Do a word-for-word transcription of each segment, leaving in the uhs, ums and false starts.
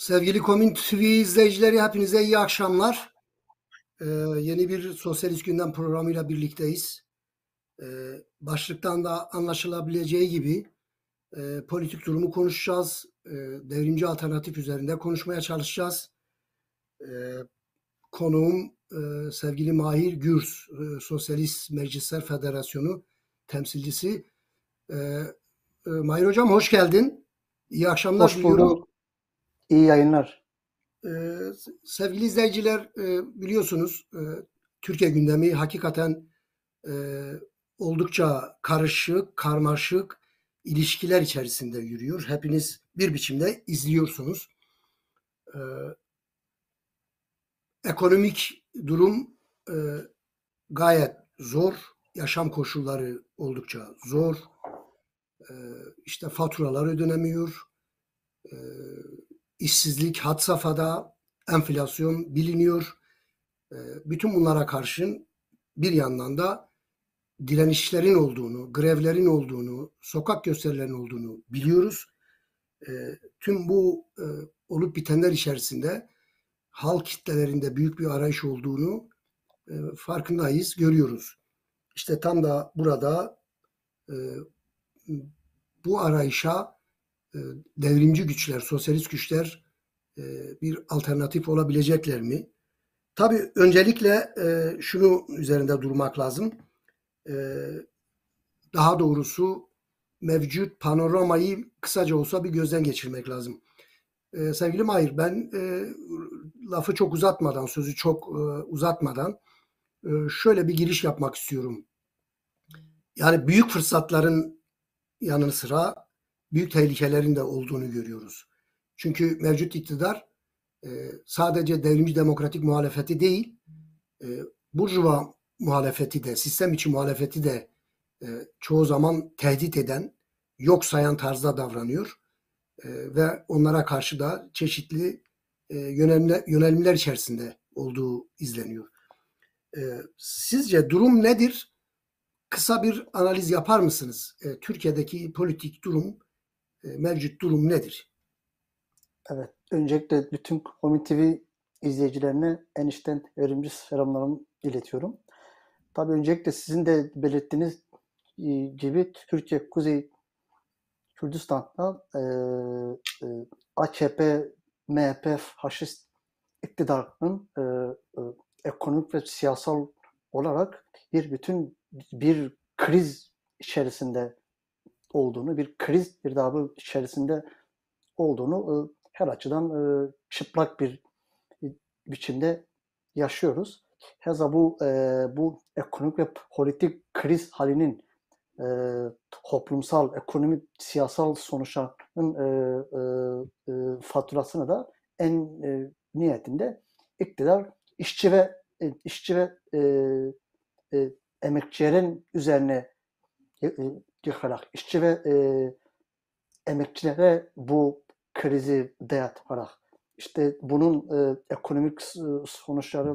Sevgili Komün T V izleyicileri hepinize iyi akşamlar. Ee, yeni bir Sosyalist Gündem programıyla birlikteyiz. Ee, başlıktan da anlaşılabileceği gibi e, politik durumu konuşacağız. E, devrimci alternatif üzerinde konuşmaya çalışacağız. E, konuğum e, sevgili Mahir Gürs, e, Sosyalist Meclisler Federasyonu temsilcisi. E, e, Mahir Hocam hoş geldin. İyi akşamlar Hoş diliyorum. bulduk. İyi yayınlar. Ee, sevgili izleyiciler e, biliyorsunuz e, Türkiye gündemi hakikaten e, oldukça karışık, karmaşık ilişkiler içerisinde yürüyor. Hepiniz bir biçimde izliyorsunuz. E, ekonomik durum e, gayet zor. Yaşam koşulları oldukça zor. E, işte faturalar ödenemiyor. E, işsizlik had safhada, enflasyon biliniyor. Bütün bunlara karşın bir yandan da direnişlerin olduğunu, grevlerin olduğunu, sokak gösterilerinin olduğunu biliyoruz. Tüm bu olup bitenler içerisinde halk kitlelerinde büyük bir arayış olduğunu farkındayız, görüyoruz. İşte tam da burada bu arayışa devrimci güçler, sosyalist güçler bir alternatif olabilecekler mi? Tabii öncelikle e, şunu üzerinde durmak lazım. E, daha doğrusu mevcut panoramayı kısaca olsa bir gözden geçirmek lazım. E, sevgili Mahir, ben e, lafı çok uzatmadan, sözü çok e, uzatmadan e, şöyle bir giriş yapmak istiyorum. Yani büyük fırsatların yanı sıra büyük tehlikelerin de olduğunu görüyoruz. Çünkü mevcut iktidar e, sadece devrimci demokratik muhalefeti değil, e, burjuva muhalefeti de, sistem içi muhalefeti de e, çoğu zaman tehdit eden, yok sayan tarzda davranıyor. E, ve onlara karşı da çeşitli e, yönelimler, yönelimler içerisinde olduğu izleniyor. E, sizce durum nedir? Kısa bir analiz yapar mısınız? E, Türkiye'deki politik durum, e, mevcut durum nedir? Evet. Öncelikle bütün Komün T V izleyicilerine en içten verimli selamlarımı iletiyorum. Tabii öncelikle sizin de belirttiğiniz e, gibi Türkiye Kuzey Kürdistan'da e, e, A K P, M H P faşist iktidarının e, e, ekonomik ve siyasal olarak bir bütün bir kriz içerisinde olduğunu, bir kriz girdabı içerisinde olduğunu e, her açıdan e, çıplak bir e, biçimde yaşıyoruz. Heza bu e, bu ekonomik ve politik kriz halinin e, toplumsal, ekonomik, siyasal sonuçlarının e, e, e, faturasını da en e, niyetinde iktidar işçi ve e, işçi ve e, e, emekçilerin üzerine e, e, yıkarak, işçi ve e, emekçilere bu krizi dayatarak işte bunun e, ekonomik sonuçları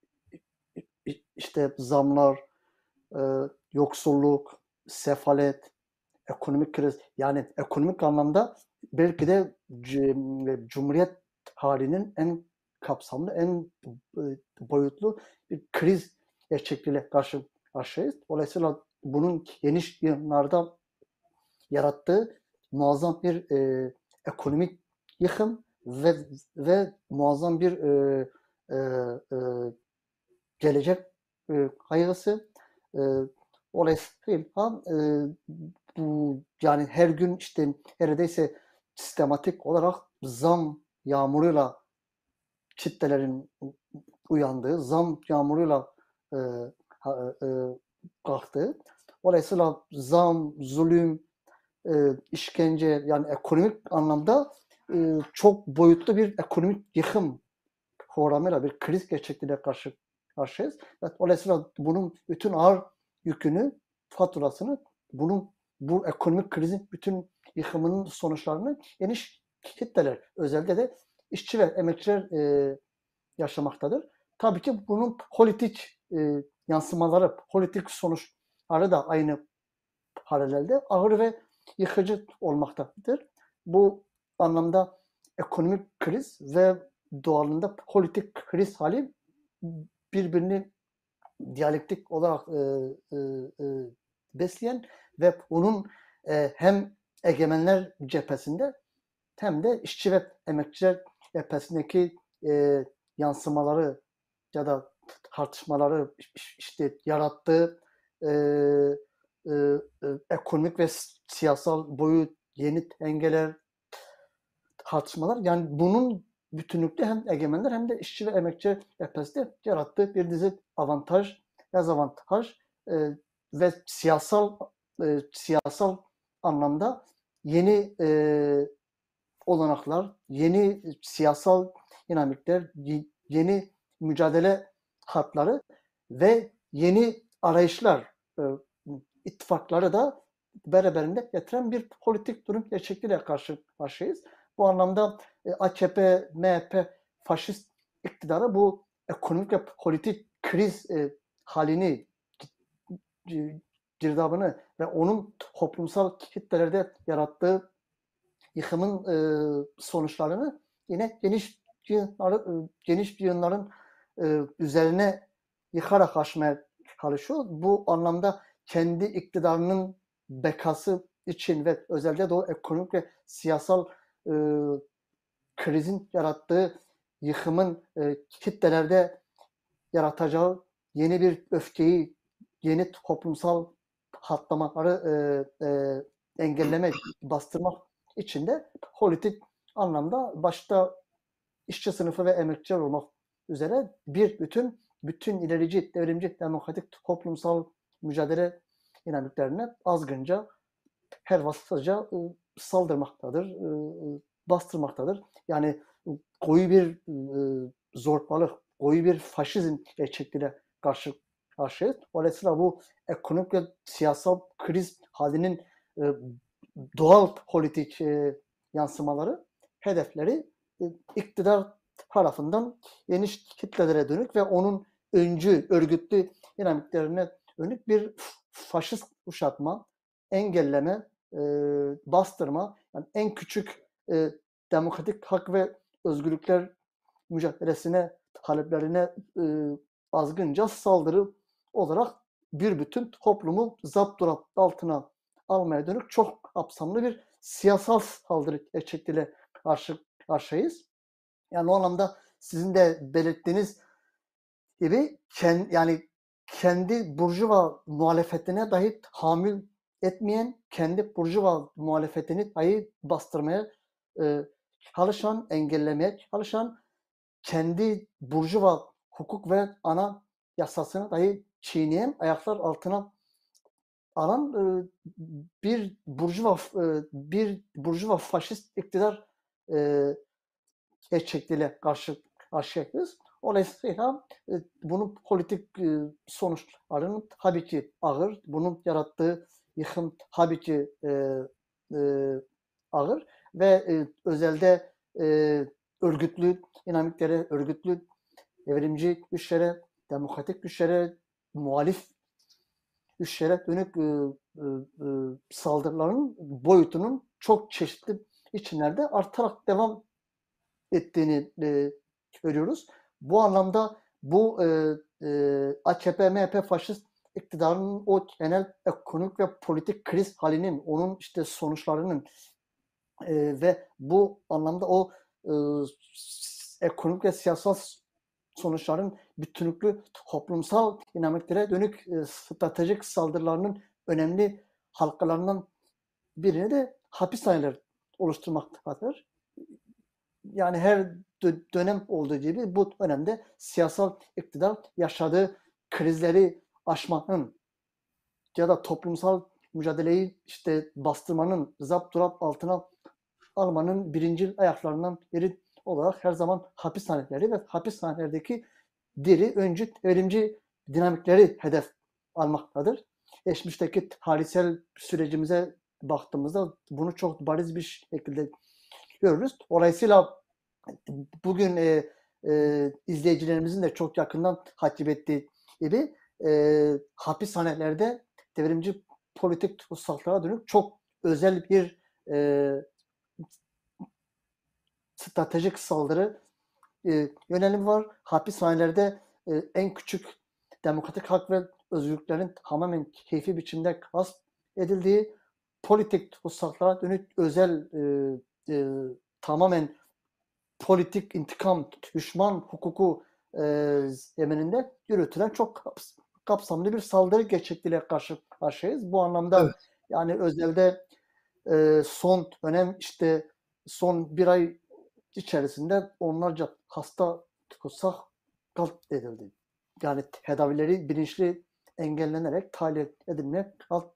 işte zamlar, e, yoksulluk, sefalet, ekonomik kriz yani ekonomik anlamda belki de Cumhuriyet tarihinin en kapsamlı, en boyutlu bir kriz gerçekliğiyle karşı karşıyayız. Dolayısıyla bunun geniş yıllarda yarattığı muazzam bir e, ekonomik yıkım ve ve muazzam bir e, e, e, gelecek e, kaygısı. E, Dolayısıyla e, bu yani her gün işte neredeyse sistematik olarak zam yağmuruyla kitlelerin uyandığı, zam yağmuruyla e, e, kalktığı. Dolayısıyla zam, zulüm, e, işkence yani ekonomik anlamda e, çok boyutlu bir ekonomik yıkım kavramıyla bir kriz gerçekliğine karşı karşıyayız. Dolayısıyla bunun bütün ağır yükünü, faturasını bunun bu ekonomik krizin bütün yıkımının sonuçlarını geniş kitleler, özellikle de işçi ve emekçiler e, yaşamaktadır. Tabii ki bunun politik e, yansımaları, politik sonuçları da aynı paralelde ağır ve yıkıcı olmaktadır. Bu anlamda ekonomik kriz ve doğalında politik kriz hali birbirini diyalektik olarak e, e, e, besleyen ve onun e, hem egemenler cephesinde hem de işçi ve emekçiler cephesindeki e, yansımaları ya da tartışmaları işte yarattığı e, e, e, ekonomik ve siyasal boyut, yeni engeller, tartışmalar, yani bunun bütünlükte hem egemenler hem de işçi ve emekçi cephesinde yarattığı bir dizi avantaj, dezavantaj e, ve siyasal e, siyasal anlamda yeni e, olanaklar, yeni siyasal dinamikler, yeni mücadele hatları ve yeni arayışlar, e, ittifakları da beraberinde getiren bir politik durum gerçekliğiyle karşı karşıyayız. Bu anlamda e, A K P, M H P, faşist iktidarı bu ekonomik ve politik kriz e, halini, girdabını ve onun toplumsal kitlelerde yarattığı yıkımın e, sonuçlarını yine geniş yığınları, geniş yığınların e, üzerine yıkarak aşmaya çalışıyor. Bu anlamda kendi iktidarının bekası için ve özellikle de o ekonomik ve siyasal e, krizin yarattığı yıkımın e, kitlelerde yaratacağı yeni bir öfkeyi, yeni toplumsal patlamaları e, e, engellemek, bastırmak için de politik anlamda başta işçi sınıfı ve emekçiler olmak üzere bir bütün bütün ilerici, devrimci, demokratik toplumsal mücadele dinamiklerine azgınca, pervasızca e, saldırmaktadır, e, bastırmaktadır. Yani koyu bir e, zorbalık, koyu bir faşizm gerçekliğiyle karşı karşıyayız. Dolayısıyla bu ekonomik ve siyasal kriz halinin e, doğal politik e, yansımaları, hedefleri e, iktidar tarafından geniş kitlelere dönük ve onun öncü, örgütlü dinamiklerine dönük bir faşist kuşatma, engelleme, e, bastırma, yani en küçük e, demokratik hak ve özgürlükler mücadelesine, taleplerine e, azgınca saldırı olarak bir bütün toplumu zapturapt altına almaya dönük çok kapsamlı bir siyasal saldırı gerçekliğiyle karşı karşıyayız. Yani o anlamda sizin de belirttiğiniz gibi kend, yani kendi burjuva muhalefetine dahi tahammül etmeyen, kendi burjuva muhalefetini dahi bastırmaya e, çalışan, engellemeye çalışan, kendi burjuva hukuk ve ana yasasını dahi çiğneyen, ayaklar altına alan e, bir burjuva e, bir burjuva faşist iktidar e, gerçekliğiyle karşı karşıyayız. Dolayısıyla e, bunun politik e, sonuçlarının tabii ki ağır, bunun yarattığı yıkım tabii ki e, e, ağır ve e, özelde e, örgütlü dinamiklere, örgütlü devrimci güçlere, demokratik güçlere, muhalif güçlere dönük e, e, e, saldırıların boyutunun çok çeşitli biçimlerde artarak devam ettiğini e, görüyoruz. Bu anlamda bu e, e, A K P, M H P faşist iktidarının o genel ekonomik ve politik kriz halinin, onun işte sonuçlarının e, ve bu anlamda o e, ekonomik ve siyasal sonuçların bütünlüklü toplumsal dinamiklere dönük e, stratejik saldırılarının önemli halkalarından birini de hapishaneler oluşturmaktadır. Yani her dönem olduğu gibi bu dönemde siyasal iktidar yaşadığı krizleri aşmanın ya da toplumsal mücadeleyi işte bastırmanın, zapturapt altına almanın birinci ayaklarından biri olarak her zaman hapishaneleri ve hapishanelerdeki diri, öncü, devrimci dinamikleri hedef almaktadır. Geçmişteki tarihsel sürecimize baktığımızda bunu çok bariz bir şekilde görürüz. Dolayısıyla bugün e, e, izleyicilerimizin de çok yakından takip ettiği gibi e, hapishanelerde devrimci politik tutsaklara dönük çok özel bir e, stratejik saldırı e, yönelimi var. Hapishanelerde e, en küçük demokratik hak ve özgürlüklerin tamamen keyfi biçimde gasp edildiği, politik tutsaklara dönük özel e, e, tamamen politik intikam, düşman hukuku e, zemininde yürütülen çok kaps- kapsamlı bir saldırı gerçekliğiyle karşı karşıyayız. Bu anlamda Evet. yani özelde e, son dönem işte son bir ay içerisinde onlarca hasta tutsak katledildi. Yani tedavileri bilinçli engellenerek tahliye edilmeye kalk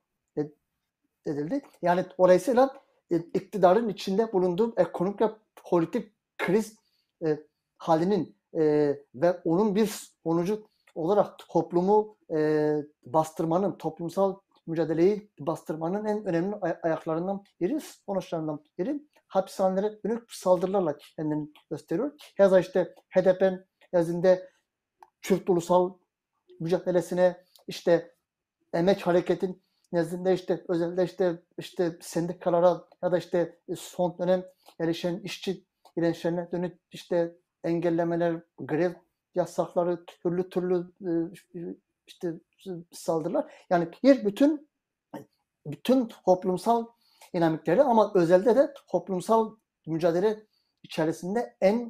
edildi. Yani dolayısıyla e, iktidarın içinde bulunduğu ekonomik ve politik kriz e, halinin e, ve onun bir sonucu olarak toplumu e, bastırmanın, toplumsal mücadeleyi bastırmanın en önemli ay- ayaklarından biri, sonuçlarından biri hapishanelere dönük saldırılarla kendini gösteriyor. Ya işte H D P'nin nezdinde Kürt ulusal mücadelesine, işte emek hareketin nezdinde işte özellikle işte işte sendikalara ya da işte son dönem gelişen işçi direnişlerine dönük işte engellemeler, grev yasakları, türlü türlü işte saldırılar. Yani bir bütün bütün toplumsal dinamikleri ama özelde de toplumsal mücadele içerisinde en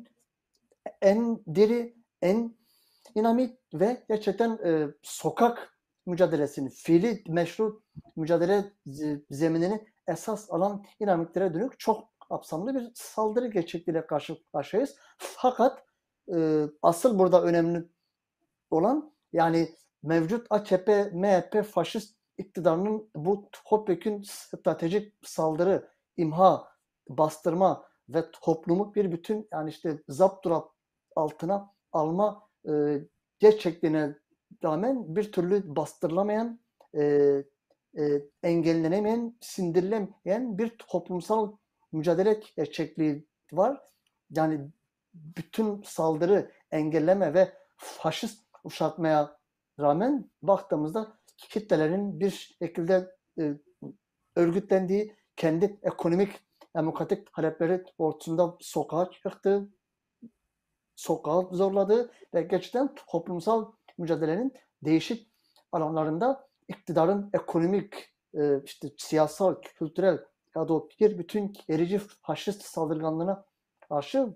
en diri, en dinamik ve gerçekten e, sokak mücadelesini, fiili meşru mücadele zeminini esas alan dinamiklere dönük çok kapsamlı bir saldırı gerçekliğiyle karşı karşıyayız. Fakat e, asıl burada önemli olan yani mevcut A K P, M H P faşist iktidarının bu topyekün stratejik saldırı, imha, bastırma ve toplumu bir bütün yani işte zapturapt altına alma e, gerçekliğine rağmen bir türlü bastırılamayan, e, e, engellenemeyen, sindirilemeyen bir toplumsal mücadele gerçekliği var. Yani bütün saldırı, engelleme ve faşist uşatmaya rağmen baktığımızda kitlelerin bir şekilde e, örgütlendiği, kendi ekonomik, demokratik talepleri ortasında sokağa çıktı, sokağa zorladı ve gerçekten toplumsal mücadelenin değişik alanlarında iktidarın ekonomik, e, işte siyasal, kültürel ya da bir bütün gerici faşist saldırganlığına karşı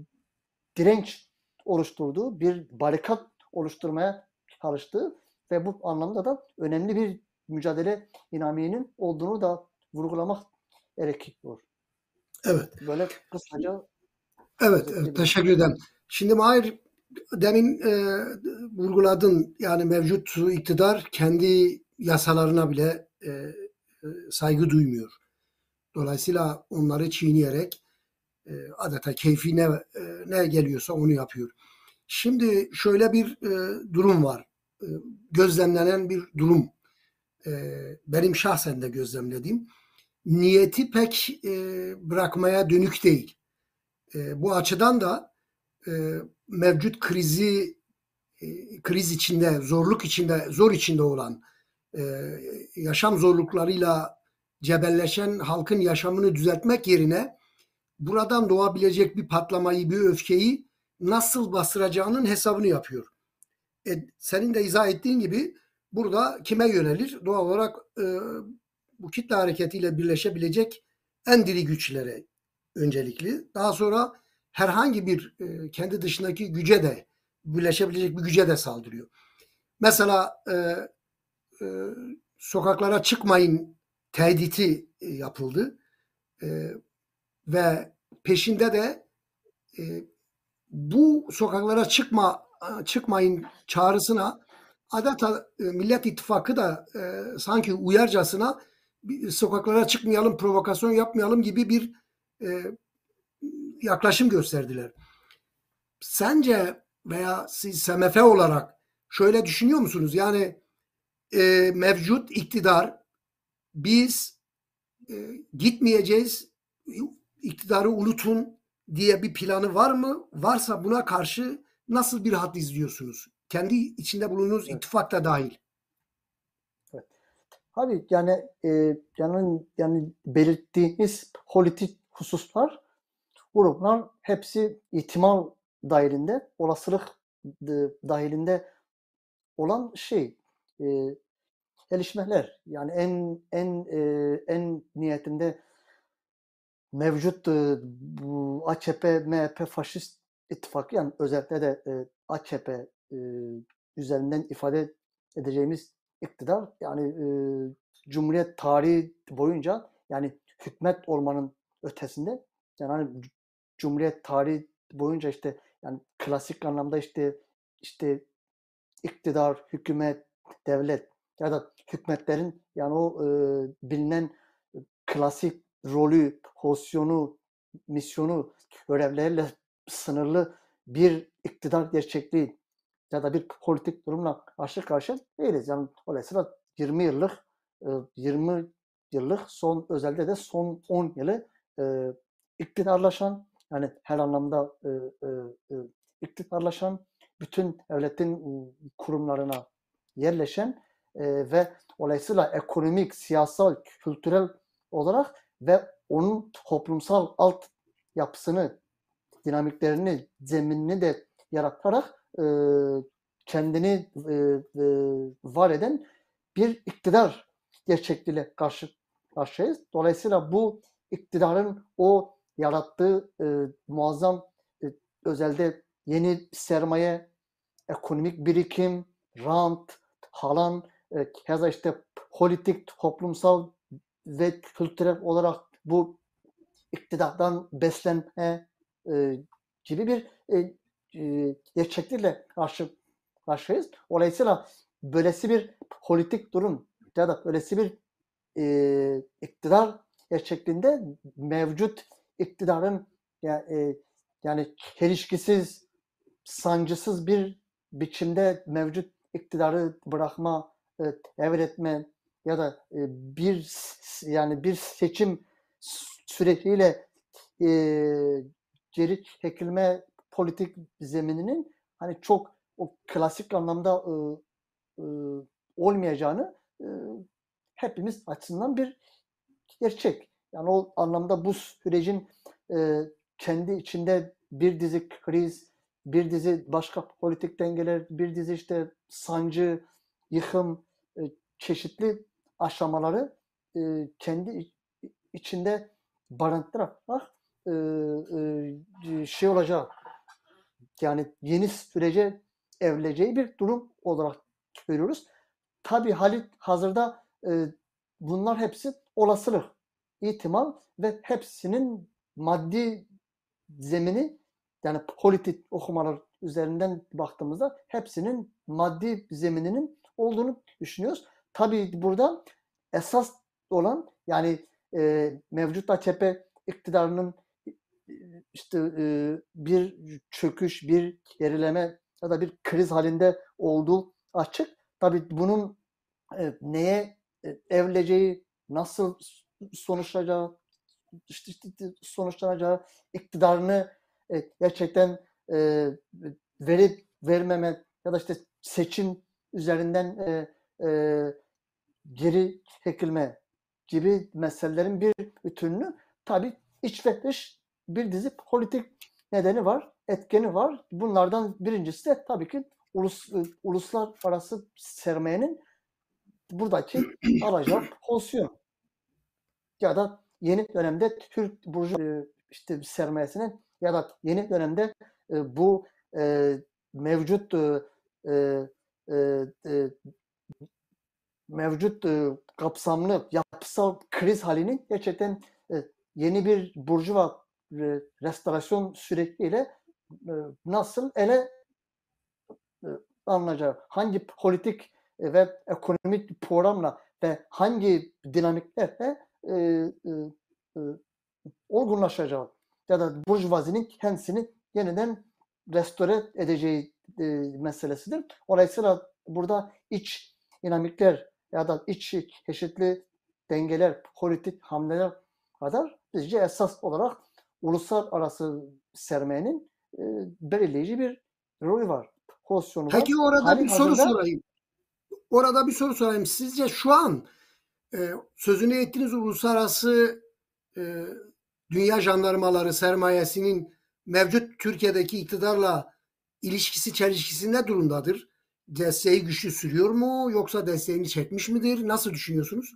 direnç oluşturduğu, bir barikat oluşturmaya çalıştığı ve bu anlamda da önemli bir mücadele dinamiğinin olduğunu da vurgulamak gerekiyor. Evet. Böyle kısaca Evet, evet, özetleyebilirim. teşekkür ederim. Şimdi Mahir, demin e, vurguladın, yani mevcut iktidar kendi yasalarına bile e, e, saygı duymuyor. Dolayısıyla onları çiğneyerek e, adeta keyfi ne, e, ne geliyorsa onu yapıyor. Şimdi şöyle bir e, durum var. E, gözlemlenen bir durum. E, benim şahsen de gözlemlediğim. Niyeti pek e, bırakmaya dönük değil. E, bu açıdan da e, mevcut krizi e, kriz içinde, zorluk içinde, zor içinde olan, e, yaşam zorluklarıyla cebelleşen halkın yaşamını düzeltmek yerine buradan doğabilecek bir patlamayı, bir öfkeyi nasıl bastıracağının hesabını yapıyor. E, senin de izah ettiğin gibi burada kime yönelir? Doğal olarak e, bu kitle hareketiyle birleşebilecek en diri güçlere öncelikli. Daha sonra herhangi bir e, kendi dışındaki güce de birleşebilecek bir güce de saldırıyor. Mesela e, e, sokaklara çıkmayın tehdidi e, yapıldı e, ve peşinde de e, bu sokaklara çıkma çıkmayın çağrısına adeta e, Millet İttifakı da e, sanki uyarcasına sokaklara çıkmayalım, provokasyon yapmayalım gibi bir e, yaklaşım gösterdiler. Sence veya siz S M F olarak şöyle düşünüyor musunuz? Yani e, mevcut iktidar biz e, gitmeyeceğiz, iktidarı unutun diye bir planı var mı? Varsa buna karşı nasıl bir hat izliyorsunuz? Kendi içinde bulunduğunuz Evet, ittifak da dahil. evet. Abi yani e, yani yani belirttiğiniz politik hususlar Bunlar hepsi ihtimal dahilinde, olasılık dahilinde olan şey, e, gelişmeler. Yani en en e, en niyetinde mevcut e, bu A K P, M H P faşist ittifakı, yani özellikle de e, A K P e, üzerinden ifade edeceğimiz iktidar, yani e, Cumhuriyet tarihi boyunca, yani hükmet olmanın ötesinde, yani hani Cumhuriyet tarihi boyunca işte, yani klasik anlamda işte işte iktidar, hükümet, devlet ya da hükümetlerin, yani o e, bilinen klasik rolü, pozisyonu, misyonu, görevleriyle sınırlı bir iktidar gerçekliği ya da bir politik durumla karşı karşıya değiliz. Yani dolayısıyla yirmi yıllık e, yirmi yıllık son, özellikle de son on yılı e, iktidarlaşan, yani her anlamda e, e, e, iktidarlaşan, bütün devletin kurumlarına yerleşen e, ve dolayısıyla ekonomik, siyasal, kültürel olarak ve onun toplumsal alt yapısını, dinamiklerini, zeminini de yaratarak e, kendini e, e, var eden bir iktidar gerçekliğiyle karşı karşıyayız. Dolayısıyla bu iktidarın o yarattığı e, muazzam, e, özelde yeni sermaye, ekonomik birikim, rant, halan, e, keza işte politik, toplumsal ve kültürel olarak bu iktidardan beslenme e, gibi bir e, e, gerçeklikle karşı karşıyayız. Dolayısıyla böylesi bir politik durum ya da böylesi bir e, iktidar gerçekliğinde mevcut iktidarın yani, e, yani çelişkisiz, sancısız bir biçimde mevcut iktidarı bırakma, e, devretme ya da e, bir yani bir seçim süreciyle e, geri çekilme politik zemininin hani çok o klasik anlamda e, e, olmayacağını e, hepimiz açısından bir gerçek. Yani o anlamda bu sürecin e, kendi içinde bir dizi kriz, bir dizi başka politik dengeler, bir dizi işte sancı, yıkım, e, çeşitli aşamaları e, kendi içinde barındırarak e, e, şey olacak. Yani yeni sürece evrileceği bir durum olarak görüyoruz. Tabii hali hazırda e, bunlar hepsi olasılık, ihtimal ve hepsinin maddi zemini, yani politik okumalar üzerinden baktığımızda hepsinin maddi zemininin olduğunu düşünüyoruz. Tabii burada esas olan, yani e, mevcut A K P iktidarının işte e, bir çöküş, bir gerileme ya da bir kriz halinde olduğu açık. Tabii bunun e, neye e, evrileceği, nasıl sonuçlanacağı, işte, işte sonuçlanacağı, iktidarını e, gerçekten e, verip vermeme ya da işte seçim üzerinden e, e, geri çekilme gibi meselelerin bir bütününü, tabii iç ve dış bir dizi politik nedeni var, etkeni var. Bunlardan birincisi de tabii ki ulus, uluslararası sermayenin buradaki alacağı pozisyon ya da yeni dönemde Türk burjuva işte sermayesinin ya da yeni dönemde e, bu e, mevcut e, e, e, mevcut e, kapsamlı yapısal kriz halinin gerçekten e, yeni bir burjuva e, restorasyon süreciyle e, nasıl ele e, alınacağı, hangi politik e, ve ekonomik programla ve hangi dinamiklerle e, e, e, olgunlaşacağı ya da burjuvazinin kendisini yeniden restore edeceği e, meselesidir. Dolayısıyla burada iç dinamikler ya da iç çeşitli dengeler, politik hamleler kadar bizce esas olarak uluslararası sermayenin e, belirleyici bir rolü var, pozisyonu var. Peki orada Hali bir soru hazırda sorayım. Orada bir soru sorayım. Sizce şu an e, sözünü ettiğiniz uluslararası e, dünya jandarmaları sermayesinin mevcut Türkiye'deki iktidarla ilişkisi, çelişkisi ne durumdadır? Desteği güçlü sürüyor mu yoksa desteğini çekmiş midir? Nasıl düşünüyorsunuz?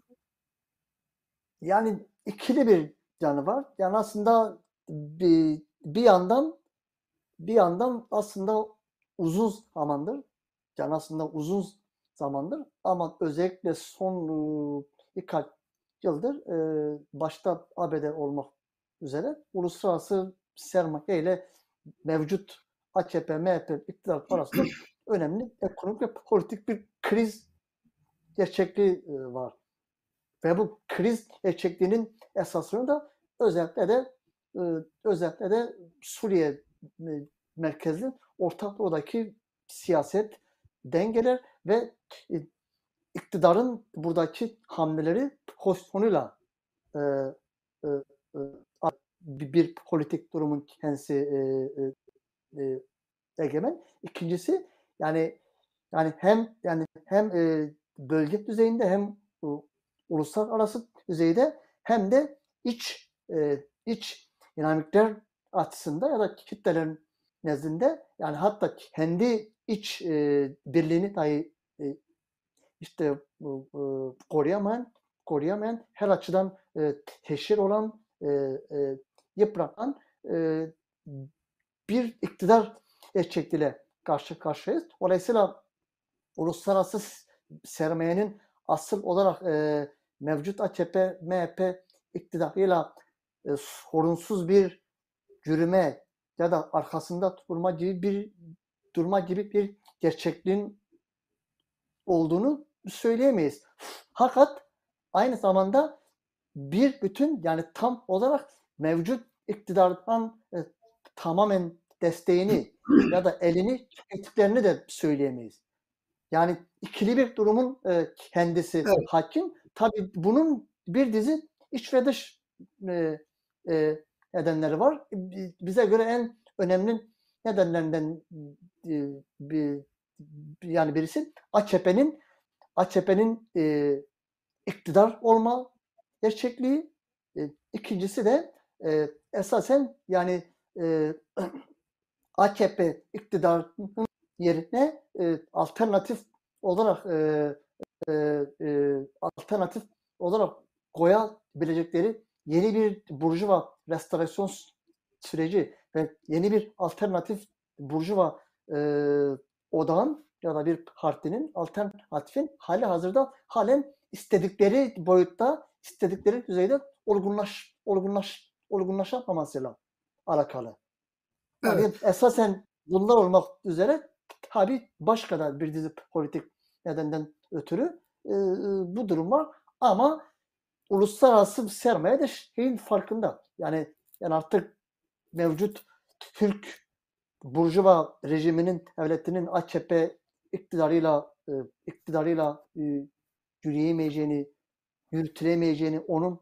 Yani ikili bir yanı var. Yani aslında bir, bir yandan bir yandan aslında uzun zamandır, yani aslında uzun zamandır ama özellikle son e, birkaç yıldır e, başta A B D olmak üzere uluslararası sermaye ile mevcut A K P, M H P iktidar arasında önemli ekonomik ve politik bir kriz gerçekliği e, var. Ve bu kriz gerçekliğinin esasını da özellikle de e, özellikle de Suriye e, merkezli Orta Doğu'daki siyaset, dengeler ve e, iktidarın buradaki hamleleri pozisyonuyla e, e, e, bir, bir politik durumun kendisi e, e, e, egemen. İkincisi yani yani hem yani hem e, bölge düzeyinde hem e, uluslararası düzeyde hem de iç e, iç dinamikler açısında ya da kitlelerin nezdinde yani hatta kendi iç e, birliğini dahi e, işte e, e, koruyamayan koruyamayan her açıdan e, teşhir olan e, e, yıpratan e, bir iktidar gerçekliğiyle karşı karşıyayız. Dolayısıyla uluslararası sermayenin asıl olarak e, mevcut A K P, M H P iktidarıyla e, sorunsuz bir yürüme ya da arkasında durma gibi bir durma gibi bir gerçekliğin olduğunu söyleyemeyiz. Fakat aynı zamanda bir bütün yani tam olarak mevcut iktidardan e, tamamen desteğini ya da elini çektiklerini de söyleyemeyiz. Yani ikili bir durumun e, kendisi Evet. hakim. Tabii bunun bir dizi iç ve dış e, e, nedenleri var. Bize göre en önemli nedenlerinden e, bir, yani birisi A K P'nin A K P'nin e, iktidar olma gerçekliği. E, ikincisi de e, esasen yani e, A K P iktidarının yerine e, alternatif olarak e, e, e, alternatif olarak koyabilecekleri yeni bir burjuva restorasyon süreci ve yeni bir alternatif burjuva e, odağın ya da bir partinin alternatifin hali hazırda halen istedikleri boyutta, istedikleri düzeyde olgunlaş, olgunlaş, olgunlaşamamasıyla alakalı. Evet. Yani esasen bunlar olmak üzere tabii başka da bir dizi politik nedenden ötürü e, bu durum var. Ama uluslararası sermaye de şeyin farkında. Yani yani artık mevcut Türk Burjuva rejiminin, devletinin A K P iktidarıyla e, iktidarıyla e, yürüyemeyeceğini, yürütülemeyeceğini, onun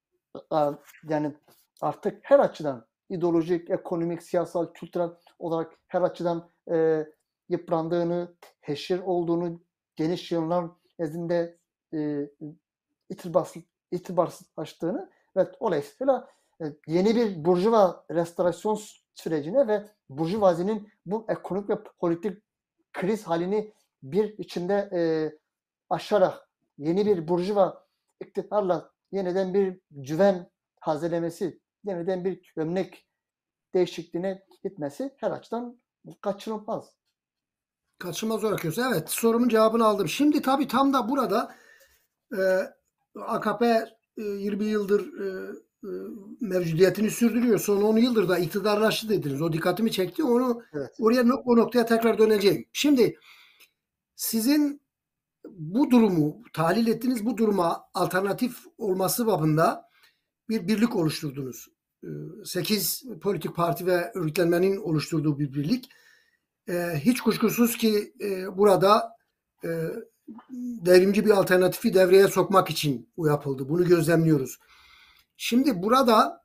yani artık her açıdan ideolojik, ekonomik, siyasal, kültürel olarak her açıdan e, yıprandığını, teşhir olduğunu, geniş yayınlar nezdinde e, itibarsız, itibarsızlaştığını ve dolayısıyla e, yeni bir burjuva restorasyon sürecine ve burjuvazinin bu ekonomik ve politik kriz halini bir içinde e, aşarak yeni bir burjuva iktidarla yeniden bir güven tazelemesi, yeniden bir gömlek değişikliğine gitmesi her açıdan kaçınılmaz. Kaçınılmaz olarak görüyorsun. Evet, sorumun cevabını aldım. Şimdi tabii tam da burada e, A K P e, yirmi yıldır e, e, mevcudiyetini sürdürüyor. Son on yıldır da iktidarlaştı dediniz. O dikkatimi çekti. Onu Evet. oraya o noktaya tekrar döneceğim. Şimdi sizin bu durumu tahlil ettiğiniz bu duruma alternatif olması babında bir birlik oluşturdunuz. Sekiz politik parti ve örgütlenmenin oluşturduğu bir birlik. Hiç kuşkusuz ki burada devrimci bir alternatifi devreye sokmak için bu yapıldı. Bunu gözlemliyoruz. Şimdi burada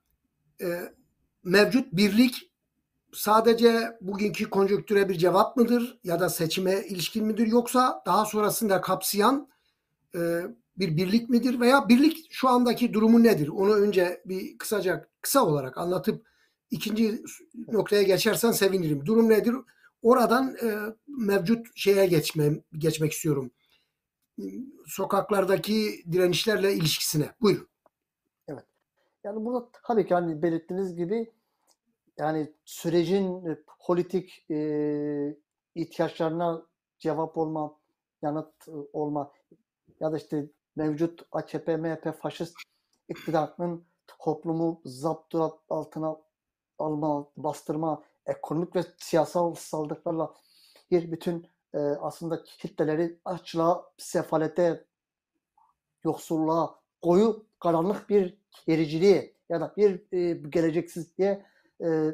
mevcut birlik sadece bugünkü konjonktüre bir cevap mıdır ya da seçime ilişkin midir yoksa daha sonrasında kapsayan e, bir birlik midir veya birlik şu andaki durumu nedir? Onu önce bir kısaca kısa olarak anlatıp ikinci noktaya geçersen sevinirim. Durum nedir? Oradan e, mevcut şeye geçme, geçmek istiyorum. Sokaklardaki direnişlerle ilişkisine. Buyurun. Evet. Yani burada tabii ki hani belirttiğiniz gibi yani sürecin e, politik e, ihtiyaçlarına cevap olma, yanıt e, olma ya da işte mevcut A K P, M H P faşist iktidarının toplumu zapt altına alma, bastırma, ekonomik ve siyasal saldırılarla bir bütün e, aslında kitleleri açlığa, sefalete, yoksulluğa, koyu karanlık bir gericiliğe ya da bir e, geleceksizliğe e,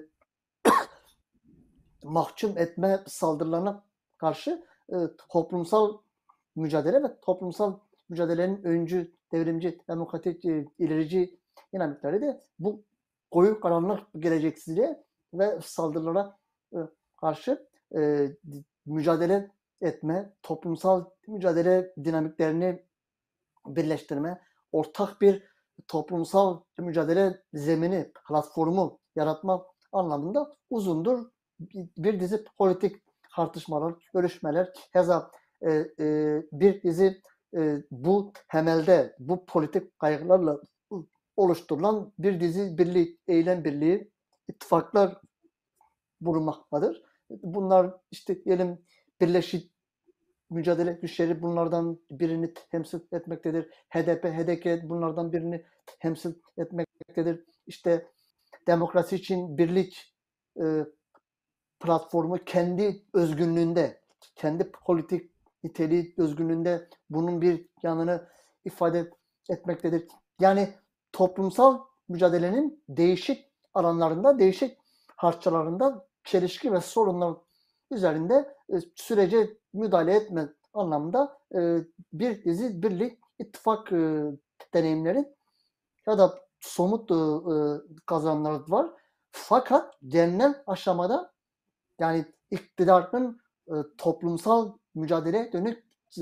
mahkum etme saldırılarına karşı e, toplumsal mücadele ve toplumsal mücadelenin öncü, devrimci, demokratik, e, ilerici dinamikleri de bu koyu karanlık geleceksizliğe ve saldırılara e, karşı e, mücadele etme, toplumsal mücadele dinamiklerini birleştirme, ortak bir toplumsal mücadele zemini, platformu yaratma anlamında uzundur bir dizi politik tartışmalar, görüşmeler, keza e, e, bir dizi e, bu temelde, bu politik kaygılarla oluşturulan bir dizi birlik, eylem birliği, ittifaklar bulunmaktadır. Bunlar işte diyelim Birleşik Mücadele Güçleri bunlardan birini temsil etmektedir. H D P, H D P bunlardan birini temsil etmektedir. İşte Demokrasi için Birlik e, platformu kendi özgünlüğünde, kendi politik niteliği özgünlüğünde bunun bir yanını ifade etmektedir. Yani toplumsal mücadelenin değişik alanlarında, değişik harçlarında çelişki ve sorunlar üzerinde e, sürece müdahale etme anlamda e, bir dizi birlik, ittifak e, deneyimleri ya da somut e, kazanımlar var. Fakat genel aşamada yani iktidarın e, toplumsal mücadeleye dönük e,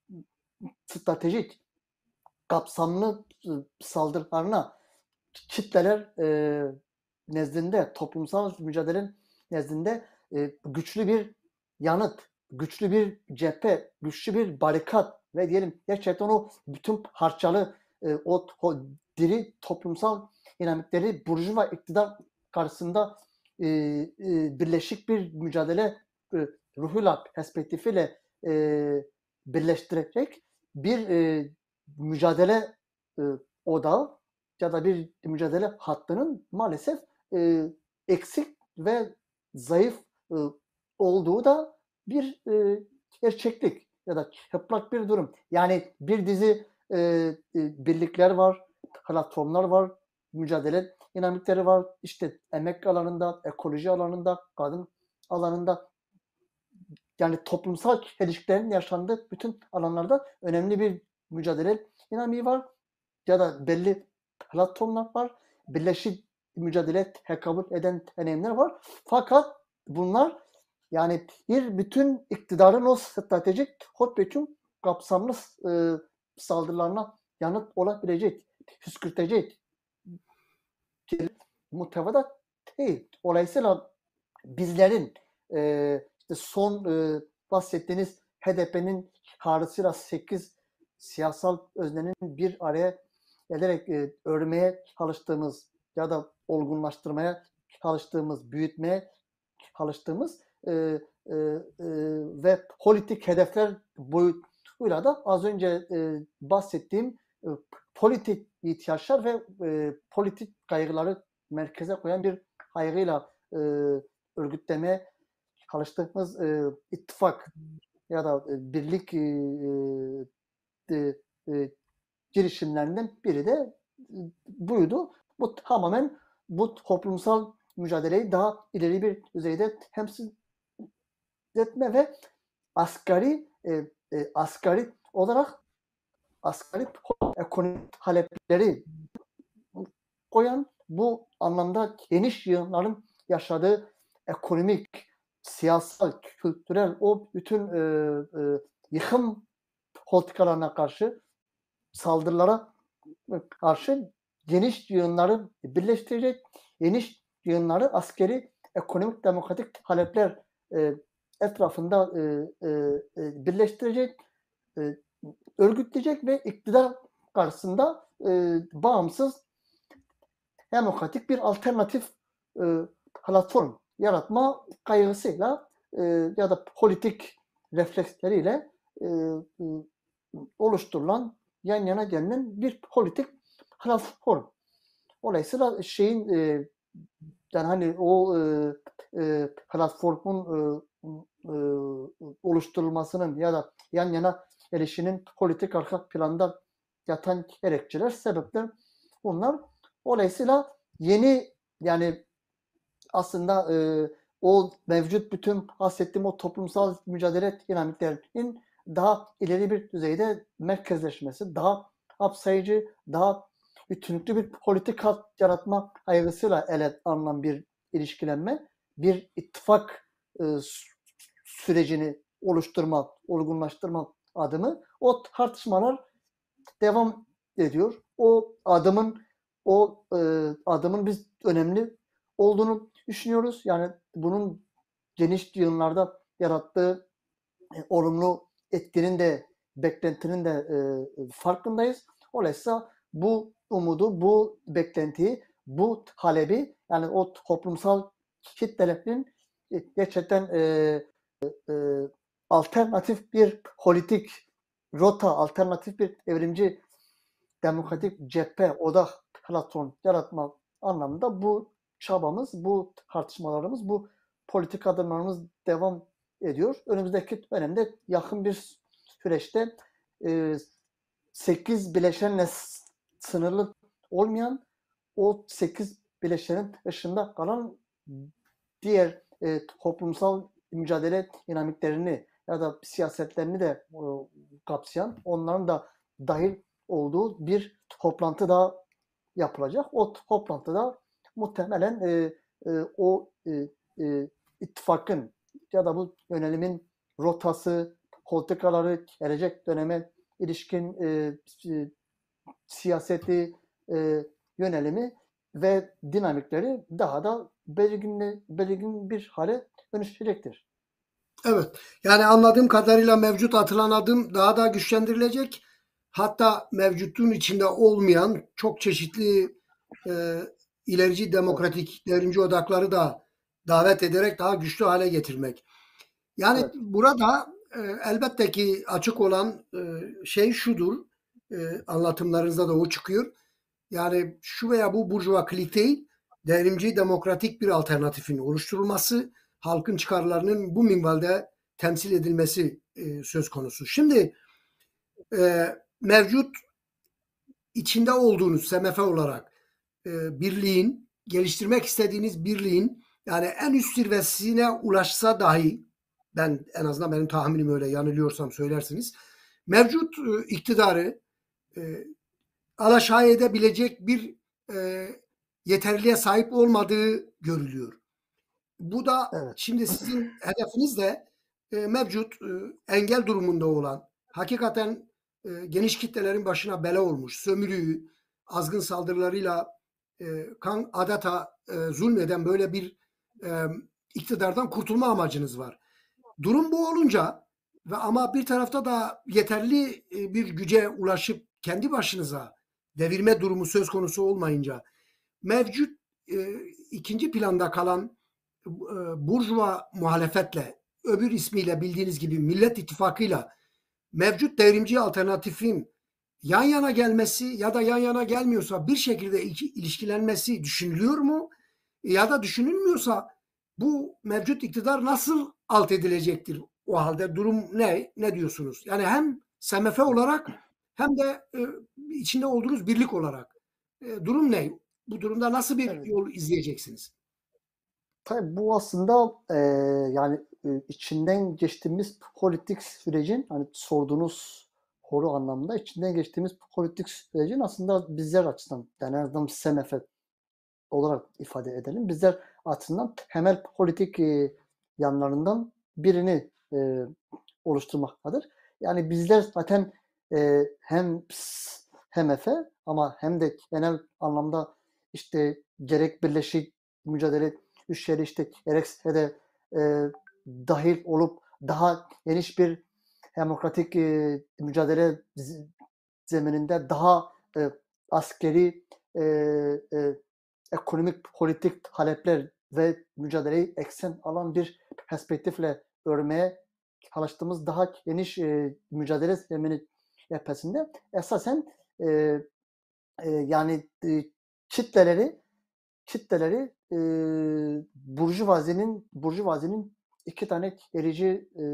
stratejik, kapsamlı e, saldırılarına kitleler e, nezdinde, toplumsal mücadelenin nezdinde e, güçlü bir yanıt, güçlü bir cephe, güçlü bir barikat ve diyelim gerçekten o bütün parçalı e, o, o diri toplumsal dinamikleri burjuva iktidar karşısında e, e, birleşik bir mücadele e, ruhuyla, perspektifiyle e, birleştirecek bir e, mücadele e, odağı ya da bir mücadele hattının maalesef e, eksik ve zayıf e, olduğu da bir e, gerçeklik ya da çıplak bir durum. Yani bir dizi e, e, birlikler var, platformlar var, mücadele dinamikleri var. İşte emek alanında, ekoloji alanında, kadın alanında yani toplumsal ilişkilerin yaşandığı bütün alanlarda önemli bir mücadele dinamiği var. Ya da belli platformlar var. Birleşik mücadele tekabül eden deneyimler var. Fakat bunlar yani bir bütün iktidarın o stratejik topyekun kapsamlı e, saldırılarına yanıt olabilecek, püskürtecek muhtevada değil. Dolayısıyla bizlerin e, işte son e, bahsettiğiniz H D P'nin çağrısıyla sekiz siyasal öznenin bir araya gelerek e, örmeye çalıştığımız ya da olgunlaştırmaya çalıştığımız, büyütmeye çalıştığımız e, e, e, ve politik hedefler boyutuyla da az önce e, bahsettiğim e, politik ihtiyaçlar ve e, politik kaygıları merkeze koyan bir kaygıyla e, örgütlemeye çalıştığımız e, ittifak ya da e, birlik e, e, e, girişimlerinden biri de buydu. Bu tamamen bu toplumsal mücadeleyi daha ileri bir düzeyde temsil etme ve asgari e, e, asgari olarak asgari ekonomik talepleri koyan bu anlamda geniş yığınların yaşadığı ekonomik, siyasal, kültürel o bütün e, e, yıkım politikalarına karşı saldırılara karşı geniş yığınları birleştirecek, geniş yığınları askeri, ekonomik, demokratik talepler e, etrafında e, e, e, birleştirecek, e, örgütleyecek ve iktidar karşısında e, bağımsız, demokratik bir alternatif e, platform yaratma kaygısıyla e, ya da politik refleksleriyle e, e, oluşturulan, yan yana gelen bir politik platform. Dolayısıyla şeyin e, yani hani o e, e, platformun e, e, oluşturulmasının ya da yan yana gelişinin politik arka planda yatan gerekçeler, sebepler bunlar. Dolayısıyla yeni, yani aslında e, o mevcut bütün bahsettiğim o toplumsal mücadele dinamiklerinin daha ileri bir düzeyde merkezleşmesi, daha kapsayıcı, daha bütünlüklü bir politika yaratma kaygısıyla ele alınan bir ilişkilenme, bir ittifak e, sürecini oluşturma, olgunlaştırma adımı, o tartışmalar devam ediyor. O adımın o e, adımın biz önemli olduğunu düşünüyoruz. Yani bunun geniş yığınlarda yarattığı e, olumlu etkinin de, beklentinin de e, farkındayız. Dolayısıyla bu umudu, bu beklentiyi, bu talebi, yani o toplumsal kitlelerin e, gerçekten e, e, alternatif bir politik rota, alternatif bir evrimci demokratik cephe, odak platform yaratma anlamında bu çabamız, bu tartışmalarımız, bu politik adımlarımız devam ediyor. Önümüzdeki dönemde yakın bir süreçte e, sekiz bileşenle sınırlı olmayan, o sekiz bileşenin dışında kalan diğer e, toplumsal mücadele dinamiklerini ya da siyasetlerini de e, kapsayan, onların da dahil olduğu bir toplantı daha yapılacak. O toplantıda muhtemelen e, e, o e, e, ittifakın ya da bu yönelimin rotası, politikaları, gelecek döneme ilişkin e, e, siyaseti, e, yönelimi ve dinamikleri daha da belirgin, belirgin bir hale dönüşecektir. Evet. Yani anladığım kadarıyla mevcut atılan adım daha da güçlendirilecek. Hatta mevcutluğun içinde olmayan çok çeşitli e, ilerici Evet, demokratik devrimci odakları da davet ederek daha güçlü hale getirmek. Yani evet, burada e, elbette ki açık olan e, şey şudur. E, anlatımlarınızda da o çıkıyor. Yani şu veya bu burjuva klik değil, devrimci demokratik bir alternatifin oluşturulması, halkın çıkarlarının bu minvalde temsil edilmesi e, söz konusu. Şimdi e, mevcut içinde olduğunuz S M F olarak e, birliğin, geliştirmek istediğiniz birliğin yani en üst zirvesine ulaşsa dahi, ben en azından benim tahminim öyle, yanılıyorsam söylersiniz, mevcut e, iktidarı e, alaşağı edebilecek bir e, yeterliğe sahip olmadığı görülüyor. Bu da evet, şimdi sizin hedefiniz de e, mevcut e, engel durumunda olan, hakikaten e, geniş kitlelerin başına bela olmuş, sömürüyü, azgın saldırılarıyla e, kan adeta e, zulmeden böyle bir e, iktidardan kurtulma amacınız var. Durum bu olunca ve ama bir tarafta da yeterli e, bir güce ulaşıp kendi başınıza devirme durumu söz konusu olmayınca mevcut e, ikinci planda kalan e, burjuva muhalefetle, öbür ismiyle bildiğiniz gibi Millet İttifakı'yla mevcut devrimci alternatifin yan yana gelmesi ya da yan yana gelmiyorsa bir şekilde ilişkilenmesi düşünülüyor mu? Ya da düşünülmüyorsa bu mevcut iktidar nasıl alt edilecektir? O halde durum ne? Ne diyorsunuz? Yani hem S M F olarak hem de e, içinde olduğunuz birlik olarak e, durum ne? Bu durumda nasıl bir evet. yol izleyeceksiniz? Tabii bu aslında e, yani e, içinden geçtiğimiz politik sürecin, hani sorduğunuz soru anlamında içinden geçtiğimiz politik sürecin aslında bizler açısından, yani en azından S M F olarak ifade edelim. Bizler açısından temel politik e, yanlarından birini e, oluşturmaktadır. Yani bizler zaten e, hem H M F ama hem de genel anlamda işte gerek Birleşik Mücadele Güçleri işte gerekse de e, dahil olup daha geniş bir demokratik e, mücadele zemininde daha e, askeri e, e, ekonomik politik talepler ve mücadeleyi eksen alan bir perspektifle örmeye çalıştığımız daha geniş e, mücadele zemini cephesinde esasen e, e, yani e, kitleleri kitleleri e, burjuvazinin burjuvazinin iki tane gerici e,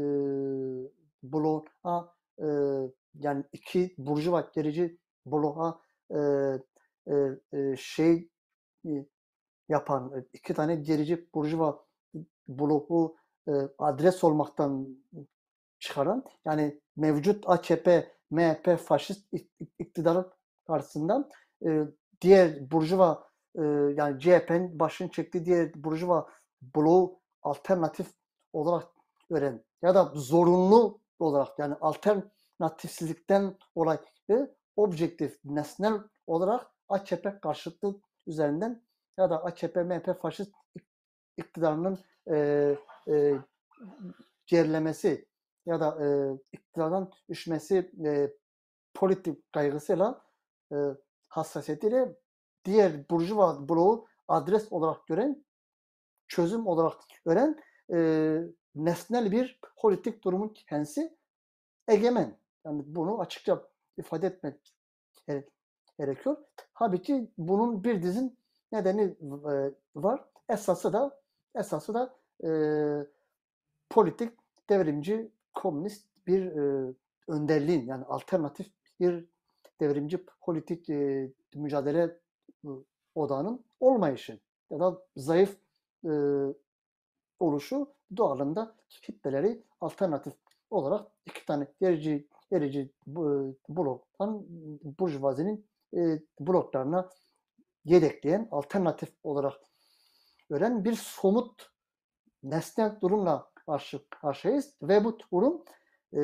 bloğa e, yani iki burjuva gerici bloğa e, e, e, şey e, yapan e, iki tane gerici burjuva bloğu e, adres olmaktan çıkaran yani mevcut A K P, M H P faşist iktidarın karşısında e, diğer burjuva e, yani C H P'nin başını çektiği diğer burjuva bloğu alternatif olarak gören ya da zorunlu olarak yani alternatifsizlikten dolayı objektif, nesnel olarak A K P karşıtlığı üzerinden ya da A K P, M H P faşist iktidarının e, e, gerilemesi ya da e, iktidardan düşmesi e, politik kaygısıyla e, hassasiyetiyle diğer burjuva bloğu adres olarak gören, çözüm olarak gören e, nesnel bir politik durumun kendisi egemen. Yani bunu açıkça ifade etmek gerekiyor. Halbuki bunun bir dizin nedeni e, var. Esası da esası da e, politik devrimci komünist bir e, önderliğin yani alternatif bir devrimci politik e, mücadele e, odağının olmayışı ya da zayıf e, oluşu doğalında kitleleri alternatif olarak iki tane gerici gerici bloktan burjuvazinin e, bloklarına yedekleyen alternatif olarak gören bir somut nesnel durumla karşı karşıyayız ve bu durum e,